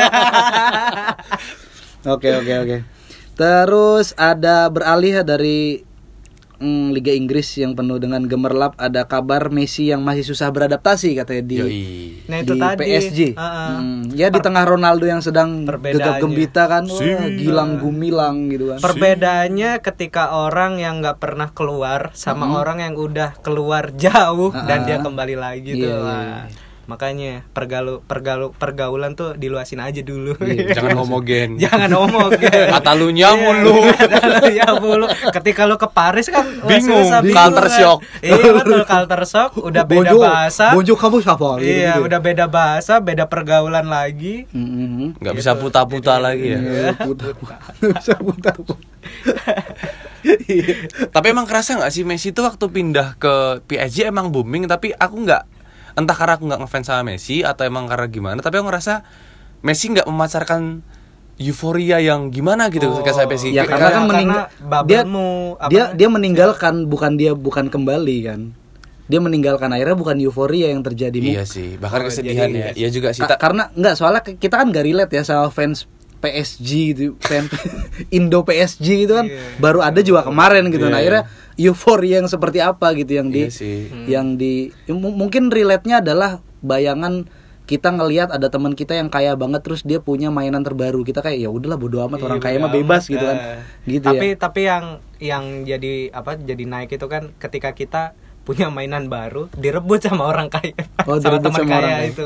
Oke. Terus ada beralih dari Liga Inggris yang penuh dengan gemerlap, ada kabar Messi yang masih susah beradaptasi katanya di
itu
di
tadi,
PSG. Ya di tengah Ronaldo yang sedang gegap gembita kan, gilang gumilang gitu kan.
Perbedaannya ketika orang yang nggak pernah keluar sama orang yang udah keluar jauh dan dia kembali lagi tuh. Makanya pergaulan tuh diluasin aja dulu.
Jangan homogen.
Kata lu mulu. Ketika lu ke Paris kan
bingung. Culture shock.
Iya betul, culture shock. Udah beda bahasa.
Bonjour kamu siapa?
Iya, udah beda bahasa, beda pergaulan lagi.
Nggak bisa puta-puta lagi ya.
Bisa puta.
Tapi emang kerasa nggak sih Messi tuh waktu pindah ke PSG emang booming, tapi aku nggak, entah karena aku nggak ngefans sama Messi atau emang karena gimana, tapi aku ngerasa Messi nggak memancarkan euforia yang gimana gitu ketika saya PSG.
Ya karena kan dia meninggalkan, bukan kembali kan. Dia meninggalkan, akhirnya bukan euforia yang terjadi.
Iya sih, bahkan kesedihan ya. Iya juga sih.
Karena enggak, soalnya kita kan gak relate ya sama fans PSG itu, fans Indo PSG itu kan baru ada juga kemarin gitu. Nah, akhirnya euforia yang seperti apa gitu yang mungkin relate-nya adalah bayangan kita ngelihat ada teman kita yang kaya banget terus dia punya mainan terbaru, kita kayak ya udahlah bodo amat, orang kaya mah bebas gitu kan. Gitu
tapi yang jadi naik itu kan ketika kita punya mainan baru direbut sama orang kaya. Sama teman kaya itu.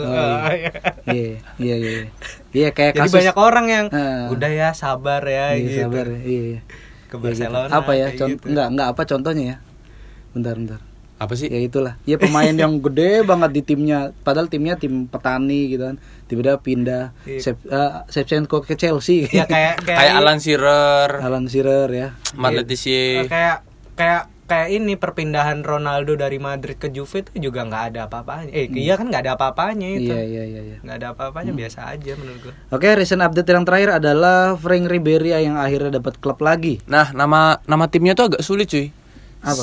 Iya kayak
jadi
kasus
banyak orang yang udah ya sabar ya gitu.
Sabar, iya.
Ke Barcelona.
Apa ya?
Gitu.
Enggak apa contohnya ya? Bentar.
Apa sih?
Ya itulah. Ya pemain yang gede banget di timnya, padahal timnya tim petani gitu kan. Tiba-tiba pindah Shevchenko ke Chelsea.
Ya kayak
Alan Shearer
ya.
Matt Letizia.
Kayak ini perpindahan Ronaldo dari Madrid ke Juve itu juga nggak ada apa-apanya. Iya kan nggak ada apa-apanya itu.
Iya.
Nggak ada apa-apanya, biasa aja menurut gue.
Oke, recent update yang terakhir adalah Frank Ribery yang akhirnya dapat klub lagi.
Nah, nama timnya tuh agak sulit cuy.
Apa?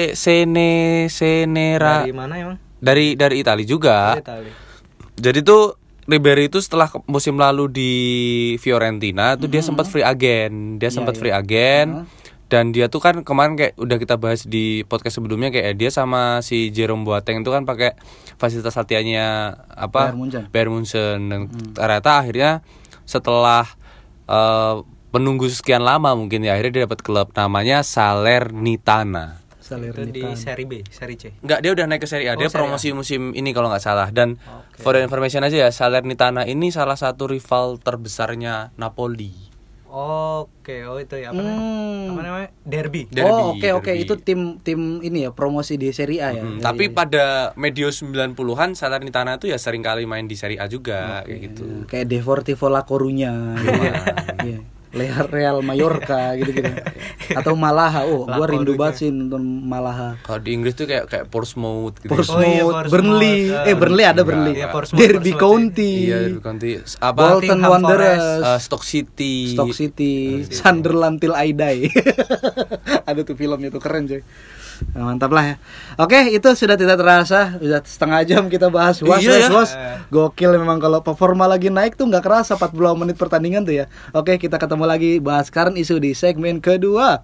Senera.
Dari mana emang?
Dari Italia juga.
Dari Italia.
Jadi tuh Ribery itu setelah musim lalu di Fiorentina tuh dia sempat free agent. Dan dia tuh kan kemarin kayak udah kita bahas di podcast sebelumnya, kayak dia sama si Jerome Boateng itu kan pakai fasilitas latihannya Bayern Munchen. Dan ternyata akhirnya setelah menunggu sekian lama mungkin ya akhirnya dia dapat klub namanya Salernitana.
Itu di seri B, seri C.
Enggak, dia udah naik ke seri A. Dia promosi musim ini kalau nggak salah. Dan for information aja ya, Salernitana ini salah satu rival terbesarnya Napoli.
Oke, itu ya apa namanya? Derby.
Oke, itu tim ini ya, promosi di Serie A ya.
Tapi pada medio 90-an Salernitana itu ya sering kali main di Serie A juga kayak gitu.
Kayak Deportivo La Coruña. Iya. Real Mallorca gitu-gitu. Atau Malaha. Gua rindu banget sih nonton Malaha.
Kalau di Inggris tuh kayak Portsmouth gitu.
Burnley. Burnley ada Burnley. Derby County.
Iya, Derby County.
Bolton Wanderers.
Stoke City.
Sunderland Till I Die. Ada tuh filmnya tuh, keren coy. Nah, mantap lah ya. Oke, itu sudah tidak terasa, sudah setengah jam kita bahas was. Gokil memang, kalau performa lagi naik tuh nggak kerasa 40 menit pertandingan tuh ya. Oke, kita ketemu lagi bahas current isu di segmen kedua.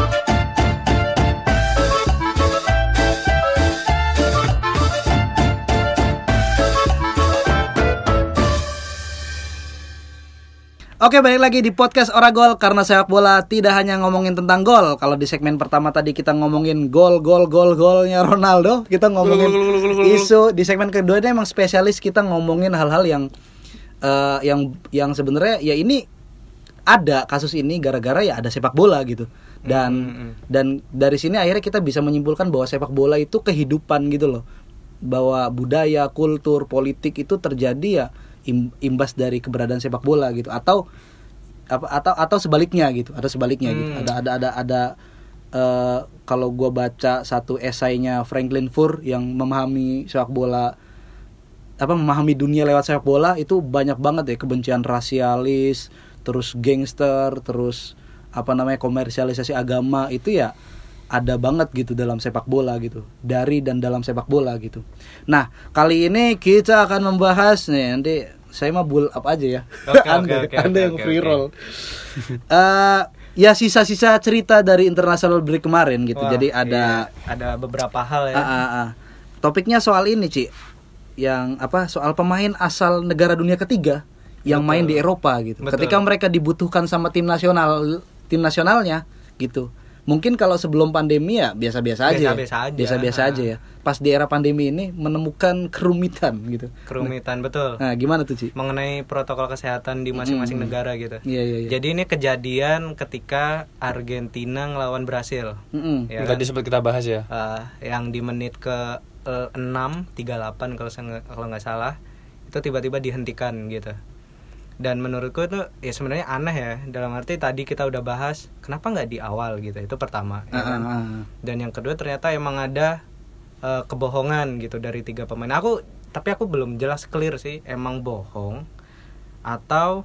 Oke, balik lagi di podcast Oragol, karena sepak bola tidak hanya ngomongin tentang gol. Kalau di segmen pertama tadi kita ngomongin golnya Ronaldo, kita ngomongin isu. Di segmen kedua ini emang spesialis, kita ngomongin hal-hal yang sebenarnya ya ini ada kasus ini gara-gara ya ada sepak bola gitu. Dan dari sini akhirnya kita bisa menyimpulkan bahwa sepak bola itu kehidupan gitu loh. Bahwa budaya, kultur, politik itu terjadi ya imbas dari keberadaan sepak bola gitu, atau sebaliknya gitu, gitu. Ada kalau gue baca satu esainya Franklin Furr yang memahami sepak bola, memahami dunia lewat sepak bola, itu banyak banget ya kebencian rasialis, terus gangster, terus komersialisasi agama itu ya ada banget gitu dalam sepak bola gitu, dari dan dalam sepak bola gitu. Nah, kali ini kita akan membahas nih, nanti saya mah bull up aja ya. Anda yang free roll. Ya sisa-sisa cerita dari international break kemarin gitu.
Wah,
jadi ada
beberapa hal ya.
Topiknya soal ini, Ci. Yang soal pemain asal negara dunia ketiga yang main di Eropa gitu. Betul. Ketika mereka dibutuhkan sama tim nasionalnya gitu. Mungkin kalau sebelum pandemi ya biasa-biasa aja ya. Pas di era pandemi ini menemukan kerumitan gitu.
Betul.
Nah, gimana tuh, Ci?
Mengenai protokol kesehatan di masing-masing negara gitu.
Iya.
Jadi ini kejadian ketika Argentina ngelawan Brasil.
Ya, tadi sempat kita bahas ya.
Yang di menit ke 6:38 kalau nggak salah, itu tiba-tiba dihentikan gitu. Dan menurutku itu ya sebenarnya aneh ya, dalam arti tadi kita udah bahas kenapa nggak di awal gitu, itu pertama ya kan? Dan yang kedua ternyata emang ada kebohongan gitu dari 3 pemain. Tapi aku belum jelas clear sih emang bohong atau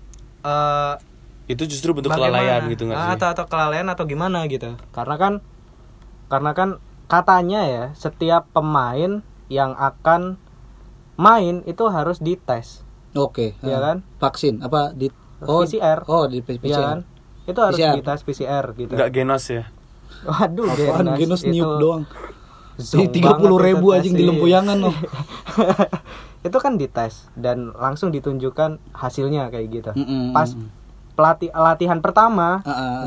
itu justru bentuk kelalaian gitu nggak sih?
Atau kelalaian atau gimana gitu, karena kan katanya ya setiap pemain yang akan main itu harus dites.
Oke,
ya kan?
Vaksin apa di
PCR?
Di PCR.
Ya kan? Itu harus
PCR.
dites PCR gitu.
Enggak genos ya?
Waduh,
genos
itu
niup doang. 30.000 anjing di lempuyangan loh.
Itu kan dites dan langsung ditunjukkan hasilnya kayak gitu. Pas latihan pertama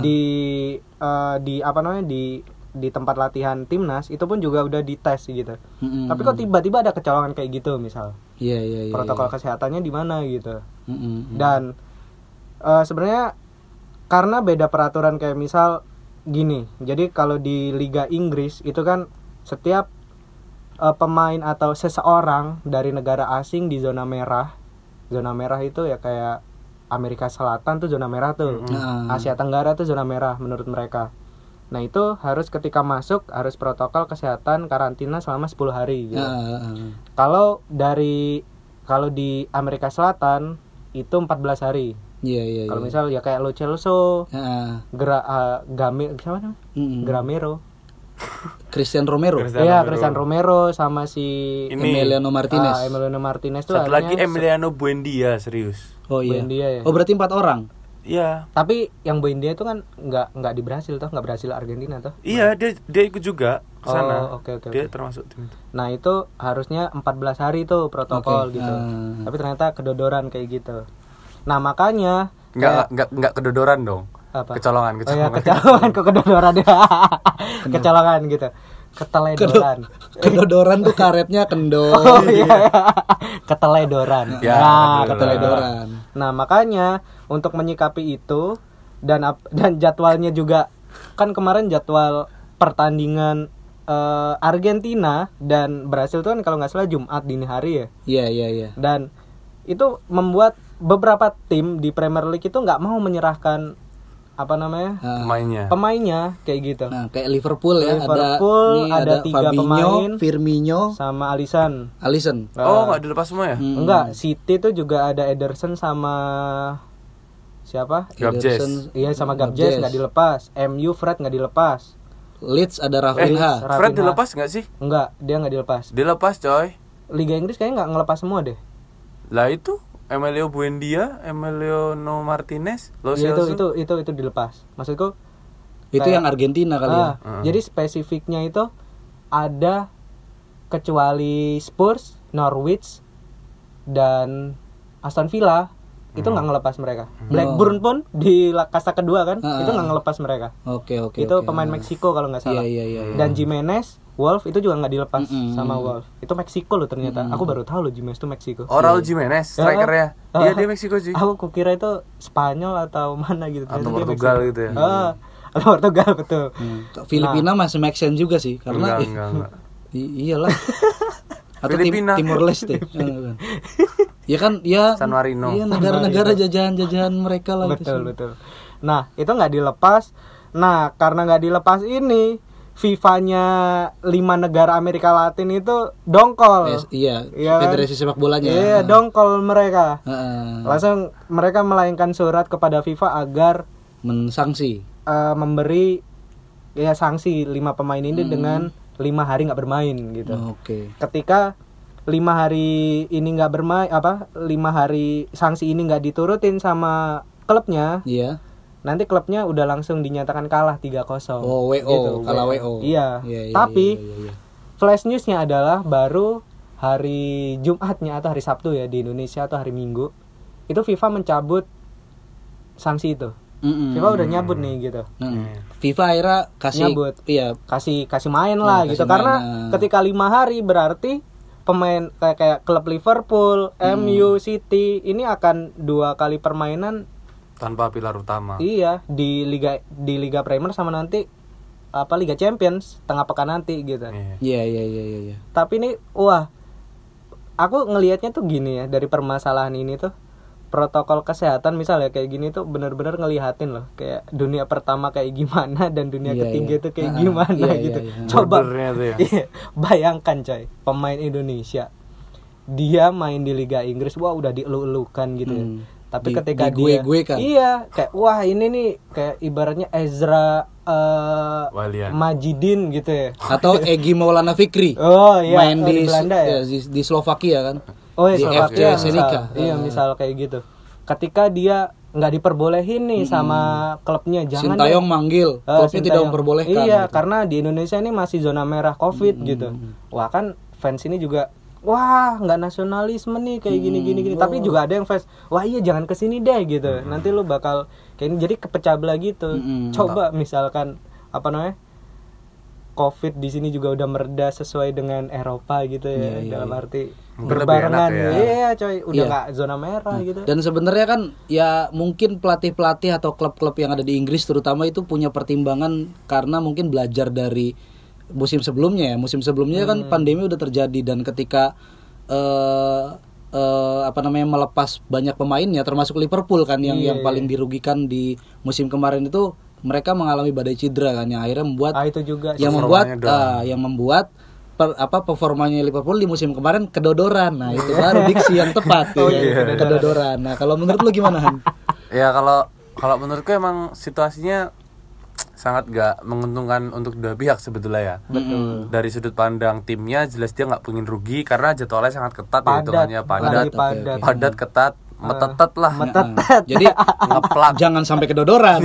di tempat latihan timnas itu pun juga udah dites gitu. Tapi kok tiba-tiba ada kecolongan kayak gitu misal.
Iya.
Protokol kesehatannya di mana gitu. Dan sebenarnya karena beda peraturan kayak misal gini. Jadi kalau di Liga Inggris itu kan setiap pemain atau seseorang dari negara asing di zona merah. Zona merah itu ya kayak Amerika Selatan tuh zona merah tuh. Asia Tenggara tuh zona merah menurut mereka. Nah itu harus ketika masuk harus protokol kesehatan karantina selama 10 hari gitu. Kalau di Amerika Selatan itu 14 hari.
Iya.
Kalau misal ya kayak Lo Celso, Gramero,
Cristiano Romero.
Cristiano Romero sama si
Emiliano Martinez.
Emiliano Martinez tuh
satu lagi Emiliano Buendia, serius.
Oh iya.
Buendia ya.
Oh berarti 4 orang.
Iya.
Tapi yang Buendia itu kan nggak di Brasil toh, nggak Brasil Argentina toh.
Iya, dia ikut juga ke sana.
Oke.
Dia termasuk tim itu.
Nah, itu harusnya 14 hari tuh protokol gitu. Tapi ternyata kedodoran kayak gitu. Nah, makanya
enggak kedodoran dong.
Apa?
Kecolongan.
Oh ya, kecolongan kok kedodoran ya. Kecolongan gitu. Keteledoran.
Kedodoran tuh karetnya kendor.
Oh iya. Keteledoran.
Ya,
keteledoran. Nah, makanya untuk menyikapi itu dan jadwalnya juga kan kemarin jadwal pertandingan Argentina dan Brasil itu kan kalau nggak salah Jumat dini hari ya.
Iya.
Dan itu membuat beberapa tim di Premier League itu nggak mau menyerahkan pemainnya kayak gitu.
Nah, kayak Liverpool ya,
ada 3
Fabinho,
pemain,
Firmino
sama Alisson.
Nggak dilepas semua ya?
Enggak, City tuh juga ada Ederson sama siapa?
Gabjes.
Iya, sama Gabjes nggak dilepas. MU Fred nggak dilepas.
Leeds ada Rafinha.
Fred dilepas nggak sih?
Enggak, dia nggak dilepas.
Dilepas coy.
Liga Inggris kayaknya nggak ngelepas semua deh.
Lah itu Emilio Buendia, Emiliano Martinez, Lo Celso.
Itu dilepas. Maksudku
itu yang Argentina kali ya.
Jadi spesifiknya itu ada kecuali Spurs, Norwich dan Aston Villa itu nggak ngelepas mereka. Blackburn pun di kasta kedua kan itu nggak ngelepas mereka.
Oke.
Itu pemain Meksiko kalau nggak salah.
Iya.
Dan Jimenez, Wolf itu juga nggak dilepas sama Wolf. Itu Meksiko loh ternyata. Aku baru tahu loh Jimenez itu Meksiko.
Raul Jimenez, strikernya. Iya dia Meksiko sih.
Aku kira itu Spanyol atau mana gitu.
Atau Portugal gitu ya.
Atau Portugal betul.
Filipina masih make sense juga sih karena
enggak.
Iyalah. Atau
Filipina.
Timor Leste. Ya kan ya
San Marino.
Iya negara-negara jajahan-jajahan mereka lah.
Betul. Nah itu nggak dilepas. Nah karena nggak dilepas ini FIFA-nya 5 negara Amerika Latin itu dongkol.
Iya,
ya,
federasi sepak bolanya.
Iya, dongkol mereka. Langsung mereka melayangkan surat kepada FIFA agar
mensanksi,
memberi ya sanksi 5 pemain ini dengan 5 hari nggak bermain gitu.
Oke.
Ketika 5 hari ini nggak bermain 5 hari sanksi ini nggak diturutin sama klubnya.
Iya.
Nanti klubnya udah langsung dinyatakan kalah 3-0.
Oh, WO, gitu, kalah WO.
Iya. Tapi flash newsnya adalah baru hari Jumatnya atau hari Sabtu ya di Indonesia atau hari Minggu itu FIFA mencabut sanksi itu. FIFA udah nyabut nih gitu.
FIFA akhirnya kasih
nyabut.
Iya,
kasih main lah gitu karena ketika 5 hari berarti pemain kayak klub Liverpool, MU, City ini akan 2 kali permainan
tanpa pilar utama.
Iya, di Liga Premier sama nanti Liga Champions tengah pekan nanti gitu.
Iya.
Tapi ini aku ngelihatnya tuh gini ya, dari permasalahan ini tuh protokol kesehatan misalnya kayak gini tuh benar-benar ngelihatin loh kayak dunia pertama kayak gimana dan dunia ketiga tuh kayak gimana gitu. Coba bayangkan coy, pemain Indonesia dia main di Liga Inggris udah dielu-elukan gitu ya. Tapi ketika dia
kan?
Iya, kayak ini nih kayak ibaratnya Ezra Majidin gitu ya.
Atau Egy Maulana Fikri.
Oh iya,
main di
Belanda ya.
Di Slovakia kan.
Oh iya,
di
Slovakia.
Senica.
Misal kayak gitu. Ketika dia nggak diperbolehin nih sama klubnya, jangan
Sintayong manggil, klubnya tidak memperbolehkan.
Iya,
gitu.
karena di Indonesia ini masih zona merah Covid gitu. Wah kan fans ini juga nggak nasionalisme nih kayak gini. Tapi juga ada yang fans, iya jangan kesini deh gitu. Nanti lu bakal kayak jadi kepecah belah gitu. Coba misalkan Covid di sini juga udah mereda sesuai dengan Eropa gitu ya, dalam arti berbarengan. Iya coy, udah nggak zona merah gitu.
Dan sebenarnya kan ya mungkin pelatih atau klub-klub yang ada di Inggris terutama itu punya pertimbangan karena mungkin belajar dari musim sebelumnya kan pandemi udah terjadi dan ketika melepas banyak pemainnya termasuk Liverpool kan yang paling dirugikan di musim kemarin itu mereka mengalami badai cedera kan yang akhirnya membuat yang membuat performanya Liverpool di musim kemarin kedodoran. Nah, itu baru diksi yang tepat kedodoran. Nah, kalau menurut lu gimana, Han?
Ya kalau menurutku emang situasinya sangat gak menguntungkan untuk dua pihak sebetulnya ya.
Betul.
Dari sudut pandang timnya jelas dia gak pengen rugi karena jadwalnya sangat ketat hitungannya padat, ketat, metetet lah.
Jadi ngeplak. Jangan sampai kedodoran.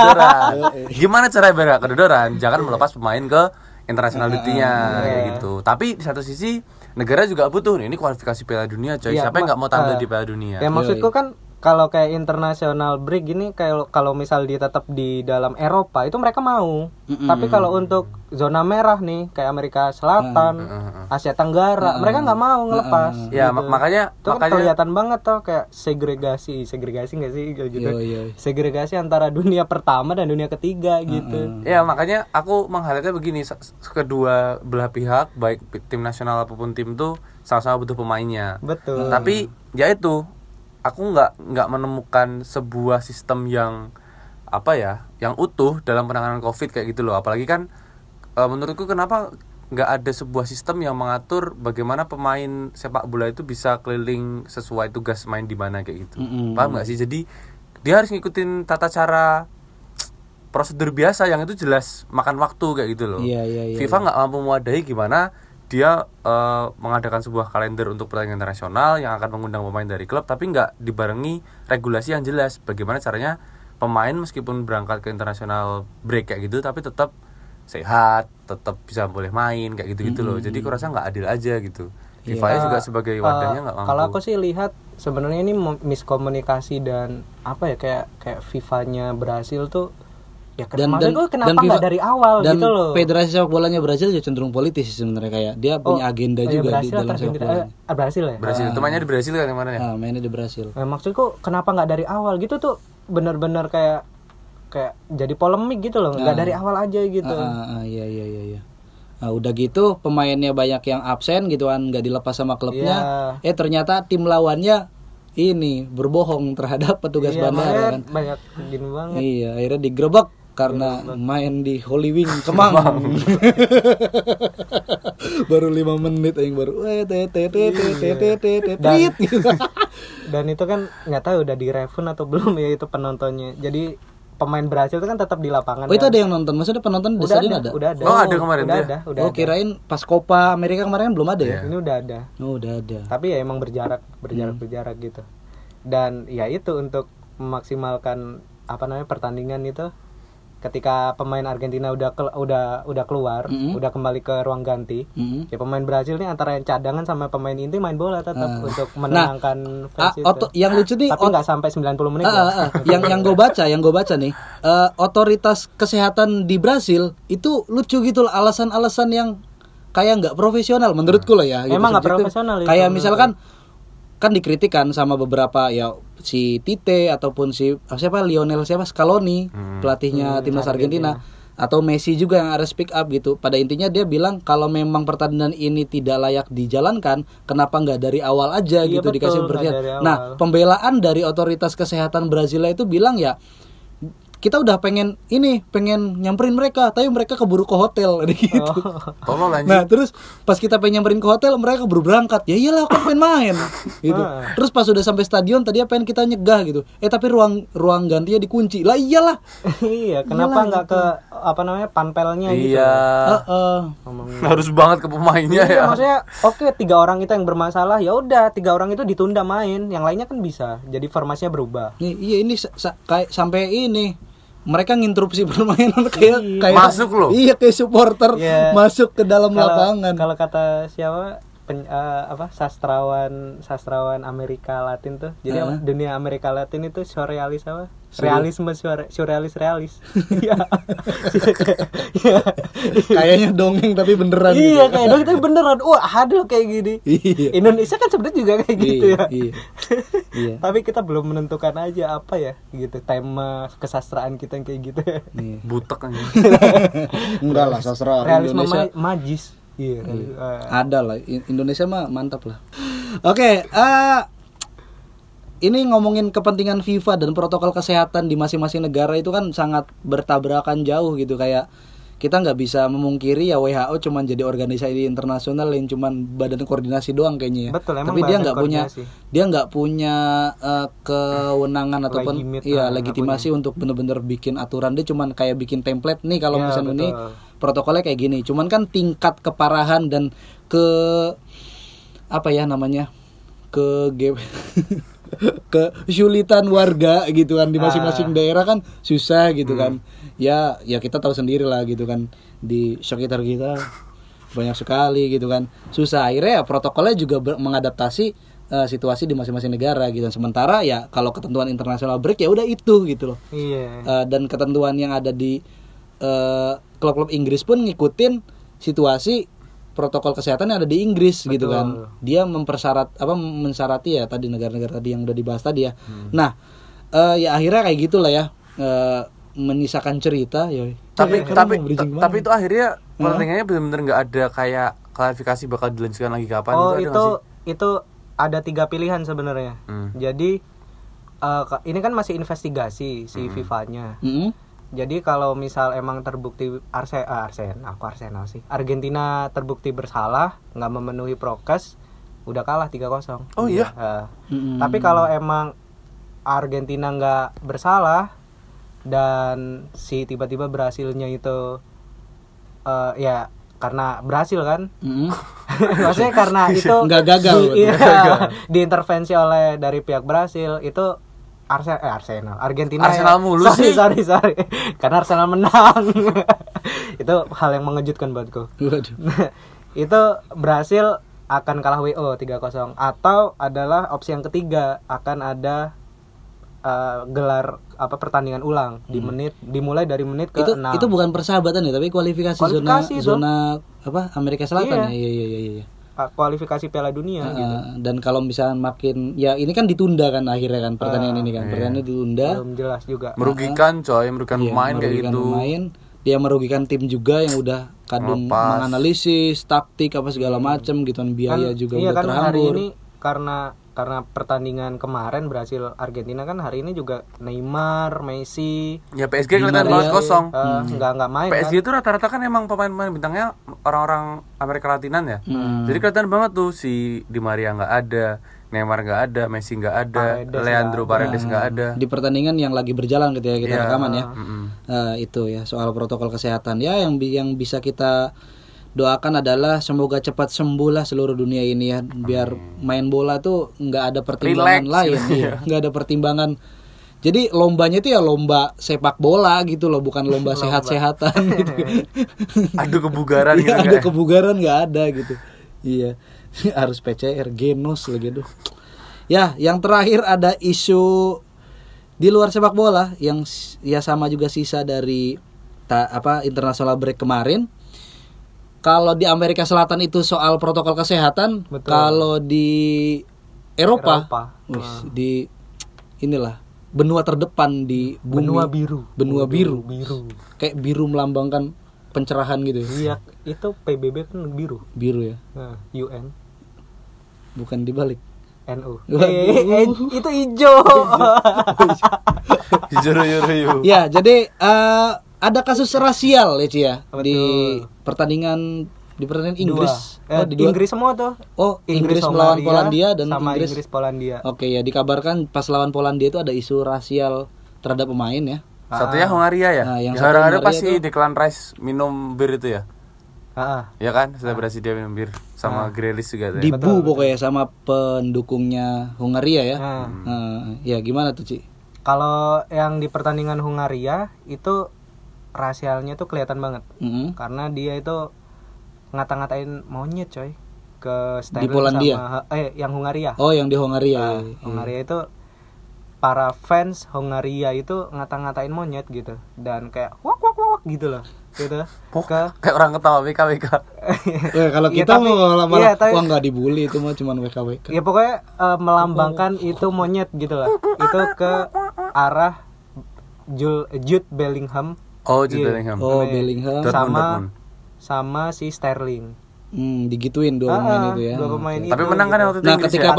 Gimana caranya biar gak kedodoran? Jangan melepas pemain ke internationality-nya kayak gitu. Tapi di satu sisi negara juga butuh ini kualifikasi Piala Dunia coy. Siapa yang gak mau tampil di Piala Dunia?
Ya maksudku kan kalau kayak international break gini kalau misal dia tetap di dalam Eropa itu mereka mau. Tapi kalau untuk zona merah nih kayak Amerika Selatan, Asia Tenggara, mereka nggak mau ngelepas.
Ya
gitu.
makanya
kelihatan banget tuh kayak segregasi nggak sih gitu. Segregasi antara dunia pertama dan dunia ketiga gitu.
Ya makanya aku menghighlightnya begini, kedua belah pihak baik tim nasional apapun tim tuh sama-sama butuh pemainnya.
Betul.
Tapi ya itu aku nggak menemukan sebuah sistem yang yang utuh dalam penanganan COVID kayak gitu loh. Apalagi kan menurutku kenapa nggak ada sebuah sistem yang mengatur bagaimana pemain sepak bola itu bisa keliling sesuai tugas main di mana kayak gitu. Paham nggak sih? Jadi dia harus ngikutin tata cara prosedur biasa yang itu jelas makan waktu kayak gitu loh. FIFA nggak mampu mewadahi gimana dia mengadakan sebuah kalender untuk pertandingan internasional yang akan mengundang pemain dari klub tapi nggak dibarengi regulasi yang jelas bagaimana caranya pemain meskipun berangkat ke internasional break kayak gitu tapi tetap sehat, tetap bisa boleh main kayak gitu loh. Jadi aku rasa nggak adil aja gitu. FIFA juga sebagai wadahnya nggak mampu.
Kalau aku sih lihat sebenarnya ini miskomunikasi dan kayak FIFA-nya Brasil tuh ya maksud gue kenapa nggak dari awal
dan
gitu loh.
Federasi sepak bolanya Brasil ya cenderung politis sebenarnya kayak dia punya agenda juga di dalam sepak bola.
Brasil ya?
Brasil itu mainnya di Brasil kan yang mana ya?
Mainnya di Brasil.
Maksudku kenapa nggak dari awal gitu tuh benar-benar kayak jadi polemik gitu loh, nggak dari awal aja gitu.
Iya. Nah, udah gitu pemainnya banyak yang absen gitu kan, nggak dilepas sama klubnya. Ternyata tim lawannya ini berbohong terhadap petugas bandara kan.
Banyak gini banget.
Iya, akhirnya digerebek karena main di Holy Wing Kemang. Baru 5 menit yang baru
dan itu kan nggak tahu udah di Raven atau belum ya itu penontonnya. Jadi pemain Brasil itu kan tetap di lapangan.
Oh, itu ada yang nonton. Maksudnya penonton di stadion ada?
Udah ada.
Oh, ada kemarin
udah
ya?
ada. Udah
Oh, kirain pas Copa Amerika kemarin belum ada ya?
Ini udah ada.
Oh, udah ada.
Tapi ya emang berjarak gitu. Dan ya itu untuk memaksimalkan pertandingan itu, ketika pemain Argentina udah keluar, udah kembali ke ruang ganti, ya pemain Brasil nih antara yang cadangan sama pemain inti main bola tetap untuk menenangkan fans itu.
Yang lucu nih,
tapi nggak sampai 90 menit.
Yang gue baca nih, otoritas kesehatan di Brasil itu lucu gitu loh, alasan-alasan yang kayak nggak profesional menurutku loh ya. Gitu.
Emang nggak profesional.
Kayak misalkan kan dikritikan sama beberapa ya si Tite ataupun si Lionel Scaloni, pelatihnya timnas Argentina, atau Messi juga yang ada speak up gitu. Pada intinya dia bilang kalau memang pertandingan ini tidak layak dijalankan, kenapa nggak dari awal aja gitu,
betul,
dikasih perhatian. Nah, pembelaan dari otoritas kesehatan Brasilia itu bilang ya kita udah pengen nyamperin mereka, tapi mereka keburu ke hotel gitu. Nah, terus pas kita pengen nyamperin ke hotel, mereka keburu berangkat. Ya iyalah, aku pengen main gitu. Terus pas udah sampai stadion, tadi pengen kita nyegah gitu. Tapi ruang gantinya dikunci. Lah iyalah.
Iya, kenapa enggak ke panpelnya gitu.
Iya. Harus banget ke pemainnya ya.
Maksudnya oke, 3 orang itu yang bermasalah, ya udah 3 orang itu ditunda main, yang lainnya kan bisa. Jadi formasinya berubah.
Iya, ini kayak sampai ini mereka nginterupsi permainan kayak
masuk loh.
Iya, kayak supporter masuk ke dalam lapangan.
Kalau kata siapa sastrawan Amerika Latin tuh. Jadi dunia Amerika Latin itu surrealis apa? Surrealis. Iya.
Kayaknya dongeng tapi beneran.
Iya, kayak dongeng tapi beneran. Wah, ada kayak gini.
Iya.
Indonesia kan sebenarnya juga kayak gitu ya.
Iya.
Tapi kita belum menentukan aja apa ya gitu tema kesastraan kita yang kayak gitu.
Butek aja.
Enggak lah, sastra
realisme
Indonesia
magis. Iya.
Ada lah, Indonesia mah mantap lah. Oke, ini ngomongin kepentingan FIFA dan protokol kesehatan di masing-masing negara itu kan sangat bertabrakan jauh gitu. Kayak kita nggak bisa memungkiri ya WHO cuman jadi organisasi internasional yang cuman badan koordinasi doang kayaknya ya.
Betul,
tapi dia nggak punya kewenangan ataupun legitimasi untuk benar-benar bikin aturan. Dia cuman kayak bikin template nih kalau misalnya ini protokolnya kayak gini. Cuman kan tingkat keparahan dan kesulitan warga gitu kan di masing-masing daerah kan susah gitu kan. Ya kita tahu sendiri lah gitu kan, di sekitar kita banyak sekali gitu kan. Susah, akhirnya ya protokolnya juga mengadaptasi situasi di masing-masing negara gitu. Sementara ya kalau ketentuan internasional break ya udah itu gitu loh.
Iya.
Dan ketentuan yang ada di klub-klub Inggris pun ngikutin situasi protokol kesehatan yang ada di Inggris. Betul. Gitu kan. Dia mensyarati ya tadi negara-negara tadi yang udah dibahas tadi ya. Nah, ya akhirnya kayak gitulah ya. Menyisakan cerita ya.
Tapi itu akhirnya pertandingannya benar-benar enggak ada kayak klarifikasi bakal dilanjutkan lagi kapan.
Itu ada 3 pilihan sebenarnya. Jadi ini kan masih investigasi si FIFA-nya. Jadi kalau misal emang terbukti Arsenal sih. Argentina terbukti bersalah, nggak memenuhi prokes, udah kalah 3-0.
Oh iya.
Tapi kalau emang Argentina nggak bersalah dan si tiba-tiba berhasilnya itu ya karena berhasil kan. Maksudnya karena itu
nggak gagal.
Diintervensi oleh dari pihak Brasil itu Argentina
mulu
sih. Sorry. Karena Arsenal menang. Itu hal yang mengejutkan buatku. Itu berhasil akan kalah WO 3-0 atau adalah opsi yang ketiga akan ada gelar pertandingan ulang dimulai dari menit ke 6.
Itu bukan persahabatan ya, tapi kualifikasi zona Amerika Selatan. Iya.
Kualifikasi Piala Dunia gitu.
Dan kalau misalnya makin ya ini kan ditunda kan akhirnya kan pertandingan ini kan. Pertandingan ditunda.
Belum jelas juga.
Merugikan pemain kayak gitu.
Dia merugikan tim juga yang udah kadung menganalisis taktik apa segala macam gitu kan, biaya juga udah
kan
terhambur.
Hari ini karena karena pertandingan kemarin Brasil Argentina kan hari ini juga Neymar, Messi.
Ya PSG kelihatan banget kosong.
Nggak main.
PSG
kan?
itu rata-rata kan emang pemain-pemain bintangnya orang-orang Amerika Latinan ya. Jadi kelihatan banget tuh si Di Maria nggak ada, Neymar nggak ada, Messi nggak ada, Leandro Paredes nggak ada.
Di pertandingan yang lagi berjalan ketika kita rekaman ya. Itu ya soal protokol kesehatan ya yang bisa kita doakan adalah semoga cepat sembuh lah seluruh dunia ini ya, biar main bola tuh nggak ada pertimbangan lain, nggak ada pertimbangan. Jadi lombanya itu ya lomba sepak bola gitu loh, bukan lomba sehat-sehatan gitu.
Adu kebugaran gitu.
Adu kebugaran nggak ada gitu. Iya, harus PCR genos lagi tuh. Ya, yang terakhir ada isu di luar sepak bola yang ya sama juga sisa dari international break kemarin. Kalau di Amerika Selatan itu soal protokol kesehatan, kalau di Eropa. Di inilah benua terdepan di bumi. Benua biru. Kayak biru melambangkan pencerahan gitu.
Iya, itu PBB kan biru.
Biru ya.
Nah, UN.
Bukan dibalik.
NU. Itu hijau.
Hijau.
Ya, jadi ada kasus rasial ya Ci ya di pertandingan Inggris.
Di Inggris semua tuh.
Oh, Inggris melawan Polandia dan
sama Inggris Polandia.
Oke ya, dikabarkan pas lawan Polandia itu ada isu rasial terhadap pemain ya.
Satunya Hungaria ya.
Nah, yang
Hungaria pasti Declan Rice minum bir itu ya. Ya kan, selebrasi dia minum bir sama Grealish juga tuh.
Dibu pokoknya sama pendukungnya Hungaria ya. Ya gimana tuh Ci?
Kalau yang di pertandingan Hungaria itu rasialnya tuh kelihatan banget. Karena dia itu ngata-ngatain monyet coy ke Sterling
di Polandia
sama yang Hungaria.
Oh, yang di Hungaria.
Hungaria itu para fans Hungaria itu ngata-ngatain monyet gitu dan kayak wak gitu loh. Gitu.
Kayak orang ketawa WK.
Kalau kita malah wah enggak dibully, itu mah cuman WK.
Ya pokoknya melambangkan itu monyet gitu lah. Itu ke arah Jude Bellingham.
Oh, Jude Bellingham.
Oh, Bellingham
sama si Sterling.
Digituin dua pemain itu ya.
Dua pemain itu.
Tapi menang kan waktu itu.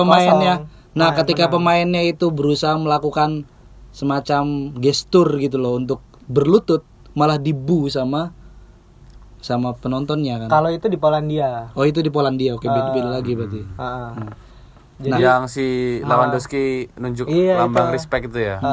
Ketika pemainnya itu berusaha melakukan semacam gestur gitu loh untuk berlutut, malah dibu sama penontonnya kan.
Kalau itu di Polandia.
Oh, itu di Polandia. Oke, beda lagi berarti.
Jadi yang si Lewandowski nunjuk lambang respect itu ya.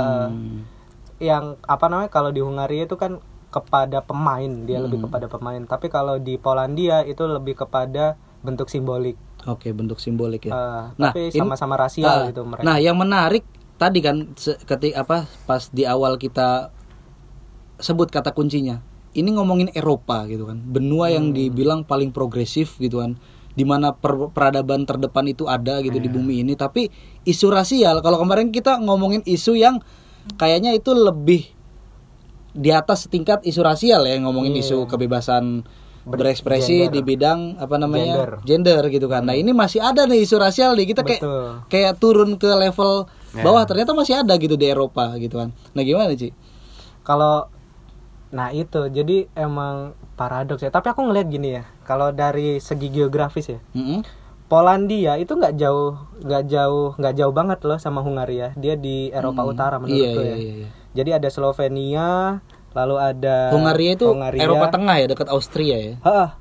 Yang kalau di Hungaria itu kan kepada pemain, dia lebih kepada pemain. Tapi kalau di Polandia itu lebih kepada bentuk simbolik.
Oke, bentuk simbolik ya.
Tapi sama-sama rasial gitu mereka.
Nah, yang menarik tadi kan pas di awal kita sebut kata kuncinya. Ini ngomongin Eropa gitu kan. Benua yang dibilang paling progresif gitu kan. Di mana peradaban terdepan itu ada gitu di bumi ini, tapi isu rasial. Kalau kemarin kita ngomongin isu yang kayaknya itu lebih di atas tingkat isu rasial ya, ngomongin isu kebebasan berekspresi di bidang gender gitu kan. Nah, ini masih ada nih isu rasial nih. Kita kayak turun ke level bawah, ternyata masih ada gitu di Eropa gitu kan. Nah, gimana Ci?
Itu jadi emang paradoks ya. Tapi aku ngeliat gini ya, kalau dari segi geografis ya, Polandia itu nggak jauh banget loh sama Hungaria. Dia di Eropa Utara menurutku ya. Jadi ada Slovenia, lalu ada
Hungaria itu Eropa Tengah ya, dekat Austria ya.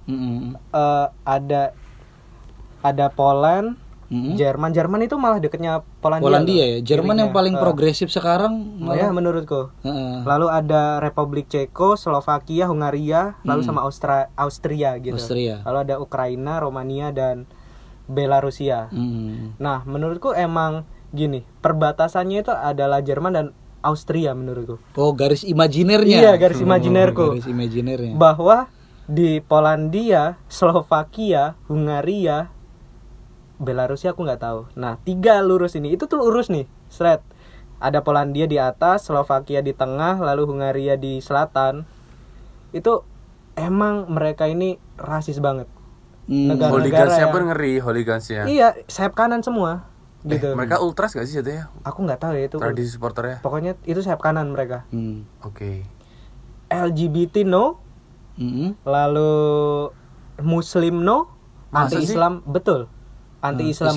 Ada Poland, Jerman itu malah dekatnya Polandia
ya. Jerman yang paling progresif sekarang
ya menurutku. Lalu ada Republik Ceko, Slovakia, Hungaria, lalu sama Austria gitu. Lalu ada Ukraina, Romania dan Belarusia. Nah, menurutku emang gini, perbatasannya itu adalah Jerman dan Austria menurutku.
Oh, garis imajinernya.
Iya, garis imajinerku.
Garis imajinernya.
Bahwa di Polandia, Slovakia, Hungaria, Belarusia aku nggak tahu. Nah, 3 lurus ini, itu tuh lurus nih, straight. Ada Polandia di atas, Slovakia di tengah, lalu Hungaria di selatan. Itu emang mereka ini rasis banget.
Holigansnya pun ngeri, holigansnya.
Iya, sayap kanan semua. Gitu.
Mereka ultras gak sih jatuhnya?
Aku nggak tahu ya itu.
Tradisi supporternya.
Pokoknya itu sayap kanan mereka.
Oke.
LGBT no. Lalu Muslim no. Anti Islam betul. anti-Islam,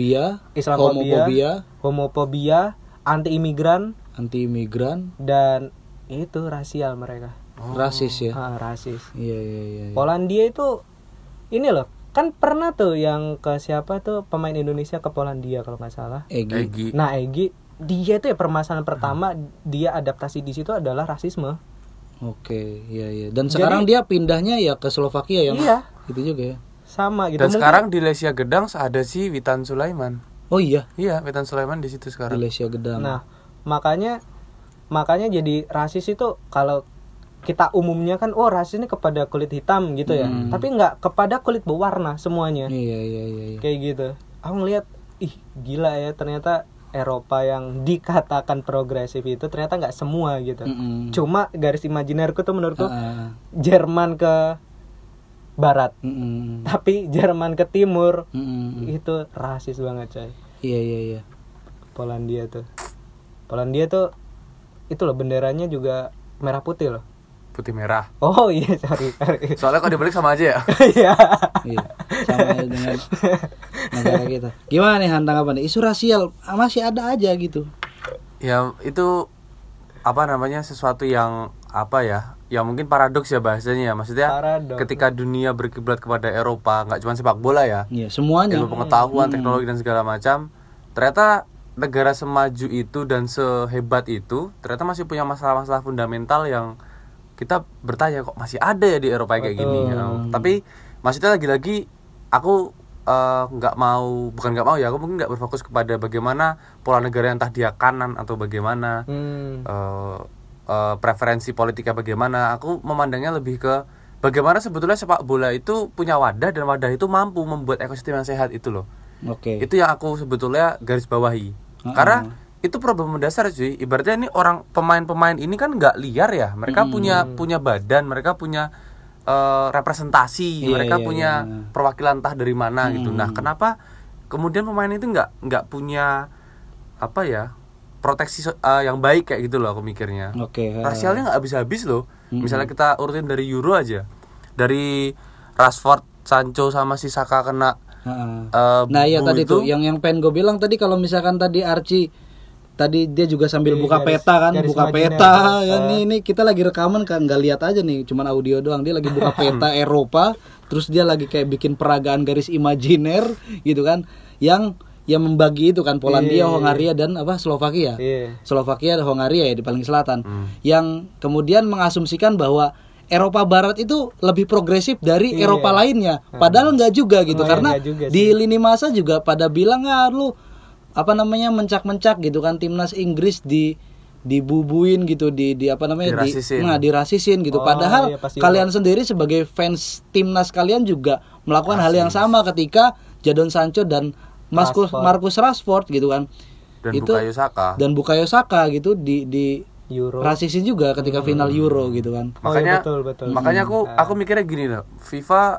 homofobia, anti-imigran, dan itu rasial mereka.
Rasis ya.
Rasis.
Iya.
Polandia itu ini loh, kan pernah tuh yang ke siapa tuh pemain Indonesia ke Polandia kalau nggak salah.
Egy.
Nah, Egy, dia itu ya permasalahan pertama dia adaptasi di situ adalah rasisme.
Oke, iya. Dan sekarang dia pindahnya ya ke Slovakia yang itu juga ya.
Sama gitu.
Dan sekarang di Lesia Gedang ada si Witan Sulaiman.
Oh iya.
Iya, Witan Sulaiman di situ sekarang.
Di Lesia Gedang.
Nah, makanya jadi rasis itu kalau kita umumnya kan rasis ini kepada kulit hitam gitu ya. Tapi nggak kepada kulit berwarna semuanya.
Iya.
Kayak gitu. Aku ngelihat gila ya, ternyata Eropa yang dikatakan progresif itu ternyata nggak semua gitu. Cuma garis imajinerku tuh menurutku Jerman ke barat. Tapi Jerman ke timur itu rasis banget, coy.
Iya.
Polandia tuh itu loh, benderanya juga merah putih loh.
Putih merah.
Oh iya, sorry.
Soalnya kalau dibalik sama aja ya.
Iya.
Sama dengan negara kita. Gimana nih tanggapan nih? Isu rasial masih ada aja gitu.
Ya itu sesuatu yang ya mungkin paradoks ya bahasanya ya. Maksudnya ketika dunia berkiblat kepada Eropa, nggak cuma sepak bola ya.
Iya, semuanya.
Ilmu pengetahuan, teknologi dan segala macam. Ternyata negara semaju itu dan sehebat itu ternyata masih punya masalah-masalah fundamental yang kita bertanya kok masih ada ya di Eropa kayak gini ya. Tapi maksudnya lagi-lagi aku aku mungkin nggak berfokus kepada bagaimana pola negara yang entah dia kanan atau bagaimana preferensi politiknya bagaimana. Aku memandangnya lebih ke bagaimana sebetulnya sepak bola itu punya wadah dan wadah itu mampu membuat ekosistem yang sehat itu loh.
Oke.
Itu yang aku sebetulnya garis bawahi. Karena itu problem mendasar cuy. Ibaratnya ini pemain-pemain ini kan nggak liar ya. Mereka punya badan, mereka punya representasi, mereka punya perwakilan entah dari mana gitu. Nah, kenapa kemudian pemain itu nggak punya proteksi yang baik kayak gitu loh aku mikirnya. Rasialnya nggak habis-habis loh. Misalnya kita urutin dari Euro aja, dari Rashford, Sancho sama si Saka kena.
Nah ya tadi tuh yang pengen gue bilang tadi, kalau misalkan tadi Archie tadi dia juga sambil buka peta kan, ini kita lagi rekaman kan, nggak lihat aja nih, cuman audio doang. Dia lagi buka peta Eropa, terus dia lagi kayak bikin peragaan garis imajiner gitu kan, yang membagi itu kan Polandia, Hongaria dan Slovakia. Slovakia dan Hongaria ya di paling selatan. Yang kemudian mengasumsikan bahwa Eropa Barat itu lebih progresif dari Eropa lainnya. Padahal enggak juga gitu, karena di lini masa juga pada bilang lu mencak-mencak gitu kan, timnas Inggris dibubuin gitu, dirasisin gitu. Padahal kalian sendiri sebagai fans timnas kalian juga melakukan hal yang sama ketika Jadon Sancho dan Marcus Rashford gitu kan. Dan Bukayo Saka gitu di Euro. Rasisin juga ketika final Euro gitu kan.
Makanya betul. Makanya aku mikirnya gini loh. FIFA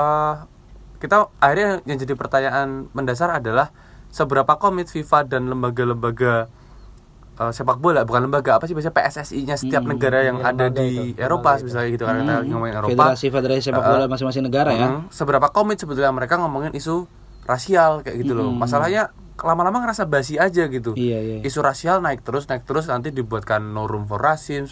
kita akhirnya yang jadi pertanyaan mendasar adalah seberapa komit FIFA dan lembaga-lembaga sepak bola, bukan lembaga biasanya PSSI-nya setiap negara yang ada di Eropa misalnya gitu kan, kita ngomongin Eropa.
Federasi sepak bola masing-masing negara ya.
Seberapa komit sebetulnya mereka ngomongin isu rasial kayak gitu loh. Masalahnya lama-lama ngerasa basi aja gitu. Isu rasial naik terus nanti dibuatkan no room for racism.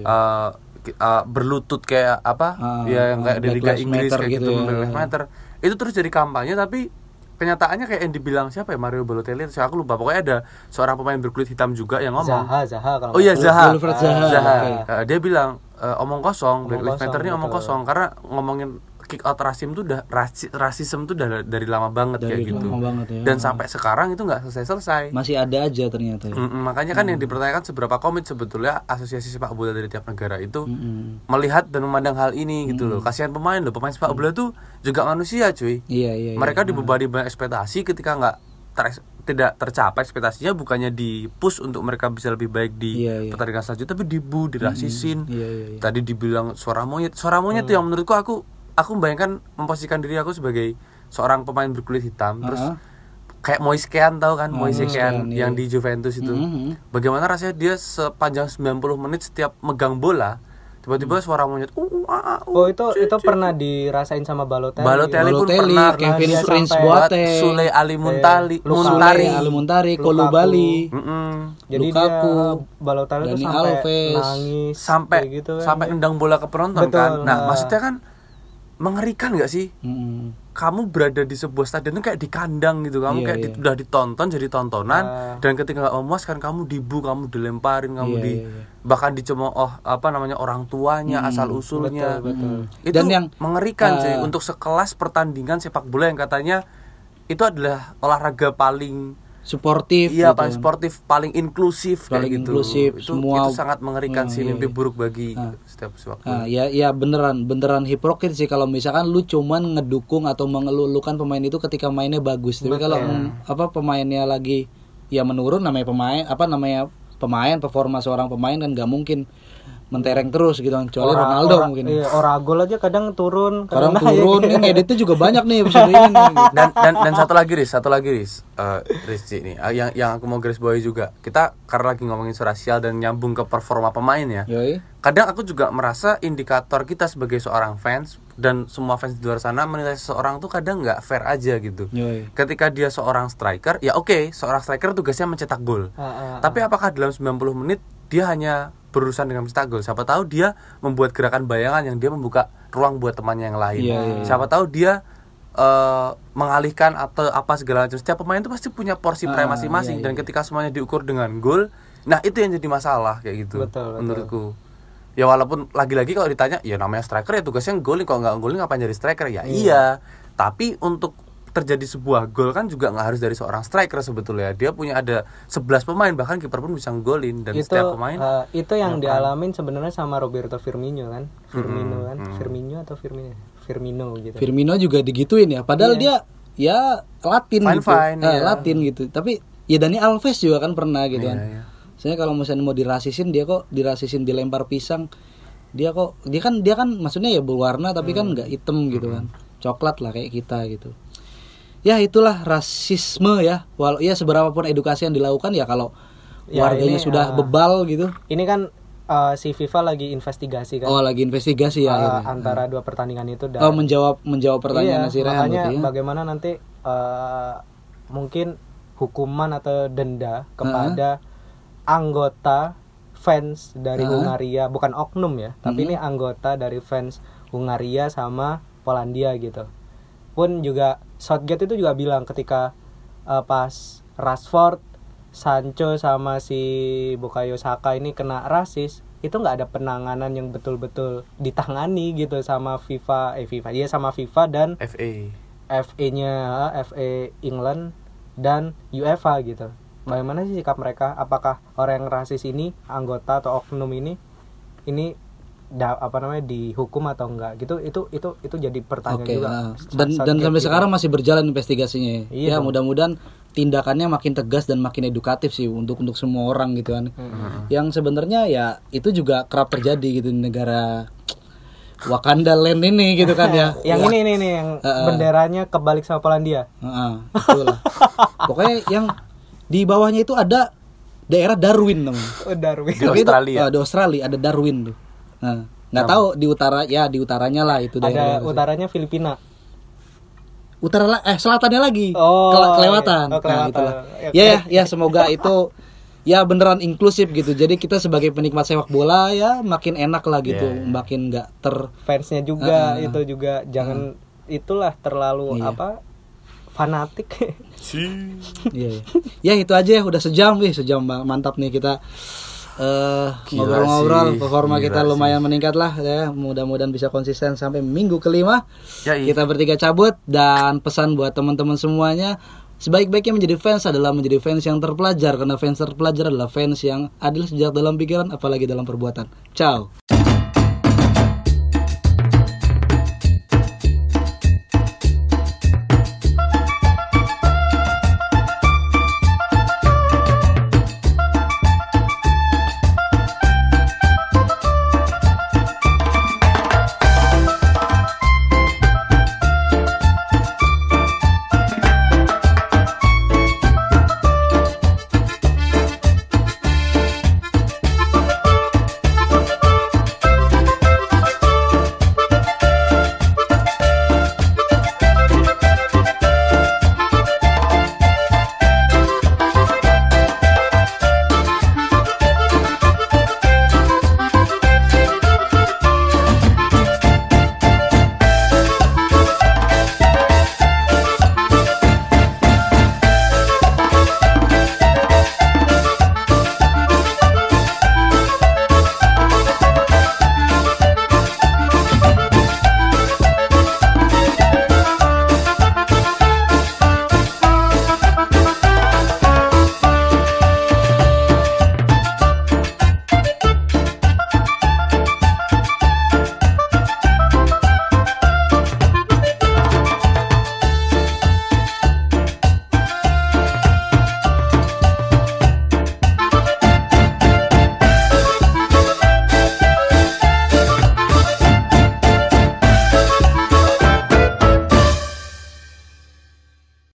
Berlutut kayak yang kayak di Liga Inggris kayak gitu, Black Lives Matter. Itu terus jadi kampanye, tapi kenyataannya kayak yang dibilang siapa ya, Mario Balotelli atau aku lupa, pokoknya ada seorang pemain berkulit hitam juga yang ngomong
Zaha kalau
Zaha. Dia bilang omong kosong, Black Lives Matter ini omong kosong, karena ngomongin kick out rasisme tuh udah dari lama banget kayak gitu. Dan sampai sekarang itu nggak selesai.
Masih ada aja ternyata.
Makanya kan yang dipertanyakan seberapa komit sebetulnya asosiasi sepak bola dari tiap negara itu melihat dan memandang hal ini gitu loh. Kasihan pemain sepak bola tuh juga manusia cuy. Mereka dibebani banyak ekspektasi, ketika tidak tercapai ekspektasinya, bukannya di-push untuk mereka bisa lebih baik di pertandingan selanjutnya, tapi dirasisin. Tadi dibilang suara monyet tuh yang menurutku aku memposisikan diri aku sebagai seorang pemain berkulit hitam, terus kayak Moise Kean, tahu kan Moise Kean yang di Juventus itu. Bagaimana rasanya dia sepanjang 90 menit setiap megang bola tiba-tiba suara monyet
itu pernah dirasain sama Balotelli
pun pernah,
Kevin Prince Boateng,
Sule Ali Muntari,
Kolubali,
jadi
Lukaku,
dia Balotelli tuh sampai
Alves,
nangis
sampai
gitu
sampai nendang bola ke penonton.
Betul,
kan. Nah, maksudnya kan mengerikan nggak sih? Kamu berada di sebuah stadion itu kayak di kandang gitu, kamu udah ditonton jadi tontonan, dan ketika nggak memuaskan kamu kamu dilemparin, bahkan dicemooh orang tuanya, asal usulnya.
Betul.
Itu
dan yang
mengerikan sih untuk sekelas pertandingan sepak bola yang katanya itu adalah olahraga paling
sportif,
iya,
gitu.
paling sportif, paling inklusif,
paling inklusif,
semua itu sangat mengerikan sih, mimpi buruk bagi setiap sepak bola.
Ya beneran hipokrit sih kalau misalkan lu cuman ngedukung atau mengeluhkan pemain itu ketika mainnya bagus. Tapi kalau pemainnya lagi ya menurun, namanya pemain performa seorang pemain kan nggak mungkin mentereng terus gitu, kecuali Ronaldo mungkin.
Iya, Oragol aja kadang turun.
Nih ngeditnya juga banyak nih episode ini.
Dan satu lagi Riz, ini yang aku mau garis bawahi juga. Kita karena lagi ngomongin isu rasial dan nyambung ke performa pemain ya.
Yoi.
Kadang aku juga merasa indikator kita sebagai seorang fans dan semua fans di luar sana menilai seseorang tuh kadang nggak fair aja gitu.
Yoi.
Ketika dia seorang striker, ya oke, seorang striker tugasnya mencetak gol. Tapi apakah dalam 90 menit dia hanya berurusan dengan mencetak gol? Siapa tahu dia membuat gerakan bayangan yang dia membuka ruang buat temannya yang lain. Siapa tahu dia mengalihkan atau apa segala macam. Setiap pemain itu pasti punya porsi peran masing-masing, dan ketika semuanya diukur dengan gol, nah itu yang jadi masalah kayak gitu.
Betul.
Menurutku. Ya walaupun lagi-lagi kalau ditanya, ya namanya striker ya tugasnya golin, kalau nggak golin ngapain jadi striker? Ya iya. Tapi untuk terjadi sebuah gol kan juga nggak harus dari seorang striker sebetulnya. Dia punya ada 11 pemain, bahkan kiper pun bisa golin, dan setiap pemain
itu yang dialamin sebenarnya sama Roberto Firmino kan. Firmino gitu.
Firmino juga digituin ya. Padahal dia ya Latin Latin gitu. Tapi ya Dani Alves juga kan pernah gitu kan.
Iya.
Saya kalau misalnya mau dirasisin, dia dilempar pisang. Dia kan maksudnya ya berwarna tapi kan enggak hitam gitu kan. Coklat lah kayak kita gitu. Ya itulah rasisme ya. Ya seberapa pun edukasi yang dilakukan ya kalau warganya sudah bebal gitu.
Ini kan si FIFA lagi investigasi kan.
Oh, lagi investigasi ya.
Antara dua pertandingan itu dan
menjawab pertanyaan si Rehan.
Makanya bagaimana nanti mungkin hukuman atau denda kepada anggota fans dari Hungaria, bukan oknum ya, tapi ini anggota dari fans Hungaria sama Polandia gitu. Pun juga Southgate itu juga bilang ketika pas Rashford, Sancho sama si Bukayo Saka ini kena rasis, itu nggak ada penanganan yang betul-betul ditangani gitu sama FIFA dan FA-nya England dan UEFA gitu. Bagaimana sih sikap mereka? Apakah orang yang rasis ini, anggota atau oknum ini dihukum atau enggak gitu? Itu jadi pertanyaan juga.
Dan sampai sekarang masih berjalan investigasinya. Iya, mudah-mudahan tindakannya makin tegas dan makin edukatif sih untuk semua orang gitu kan. Yang sebenarnya ya itu juga kerap terjadi gitu di negara Wakanda Land ini gitu kan ya.
Yang ini yang benderanya kebalik sama Polandia.
Itulah. Pokoknya yang di bawahnya itu ada daerah Darwin namanya.
Darwin.
Di Australia.
Di Australia ada Darwin tuh. Nah, nggak tahu di utaranya lah itu daerah.
Ada utaranya Filipina.
Selatannya lagi. Kelewatan. Nah, itulah. Ya semoga itu ya beneran inklusif gitu. Jadi kita sebagai penikmat sepak bola ya makin enak lah gitu, makin nggak
fansnya juga itu juga jangan itulah terlalu fanatik.
Ya itu aja ya, udah sejam mantap nih kita ngobrol-ngobrol. Performa kita lumayan meningkat lah ya. Mudah-mudahan bisa konsisten sampai minggu kelima. Kita bertiga cabut, dan pesan buat teman-teman semuanya, sebaik-baiknya menjadi fans adalah menjadi fans yang terpelajar, karena fans terpelajar adalah fans yang adil sejak dalam pikiran apalagi dalam perbuatan. Ciao.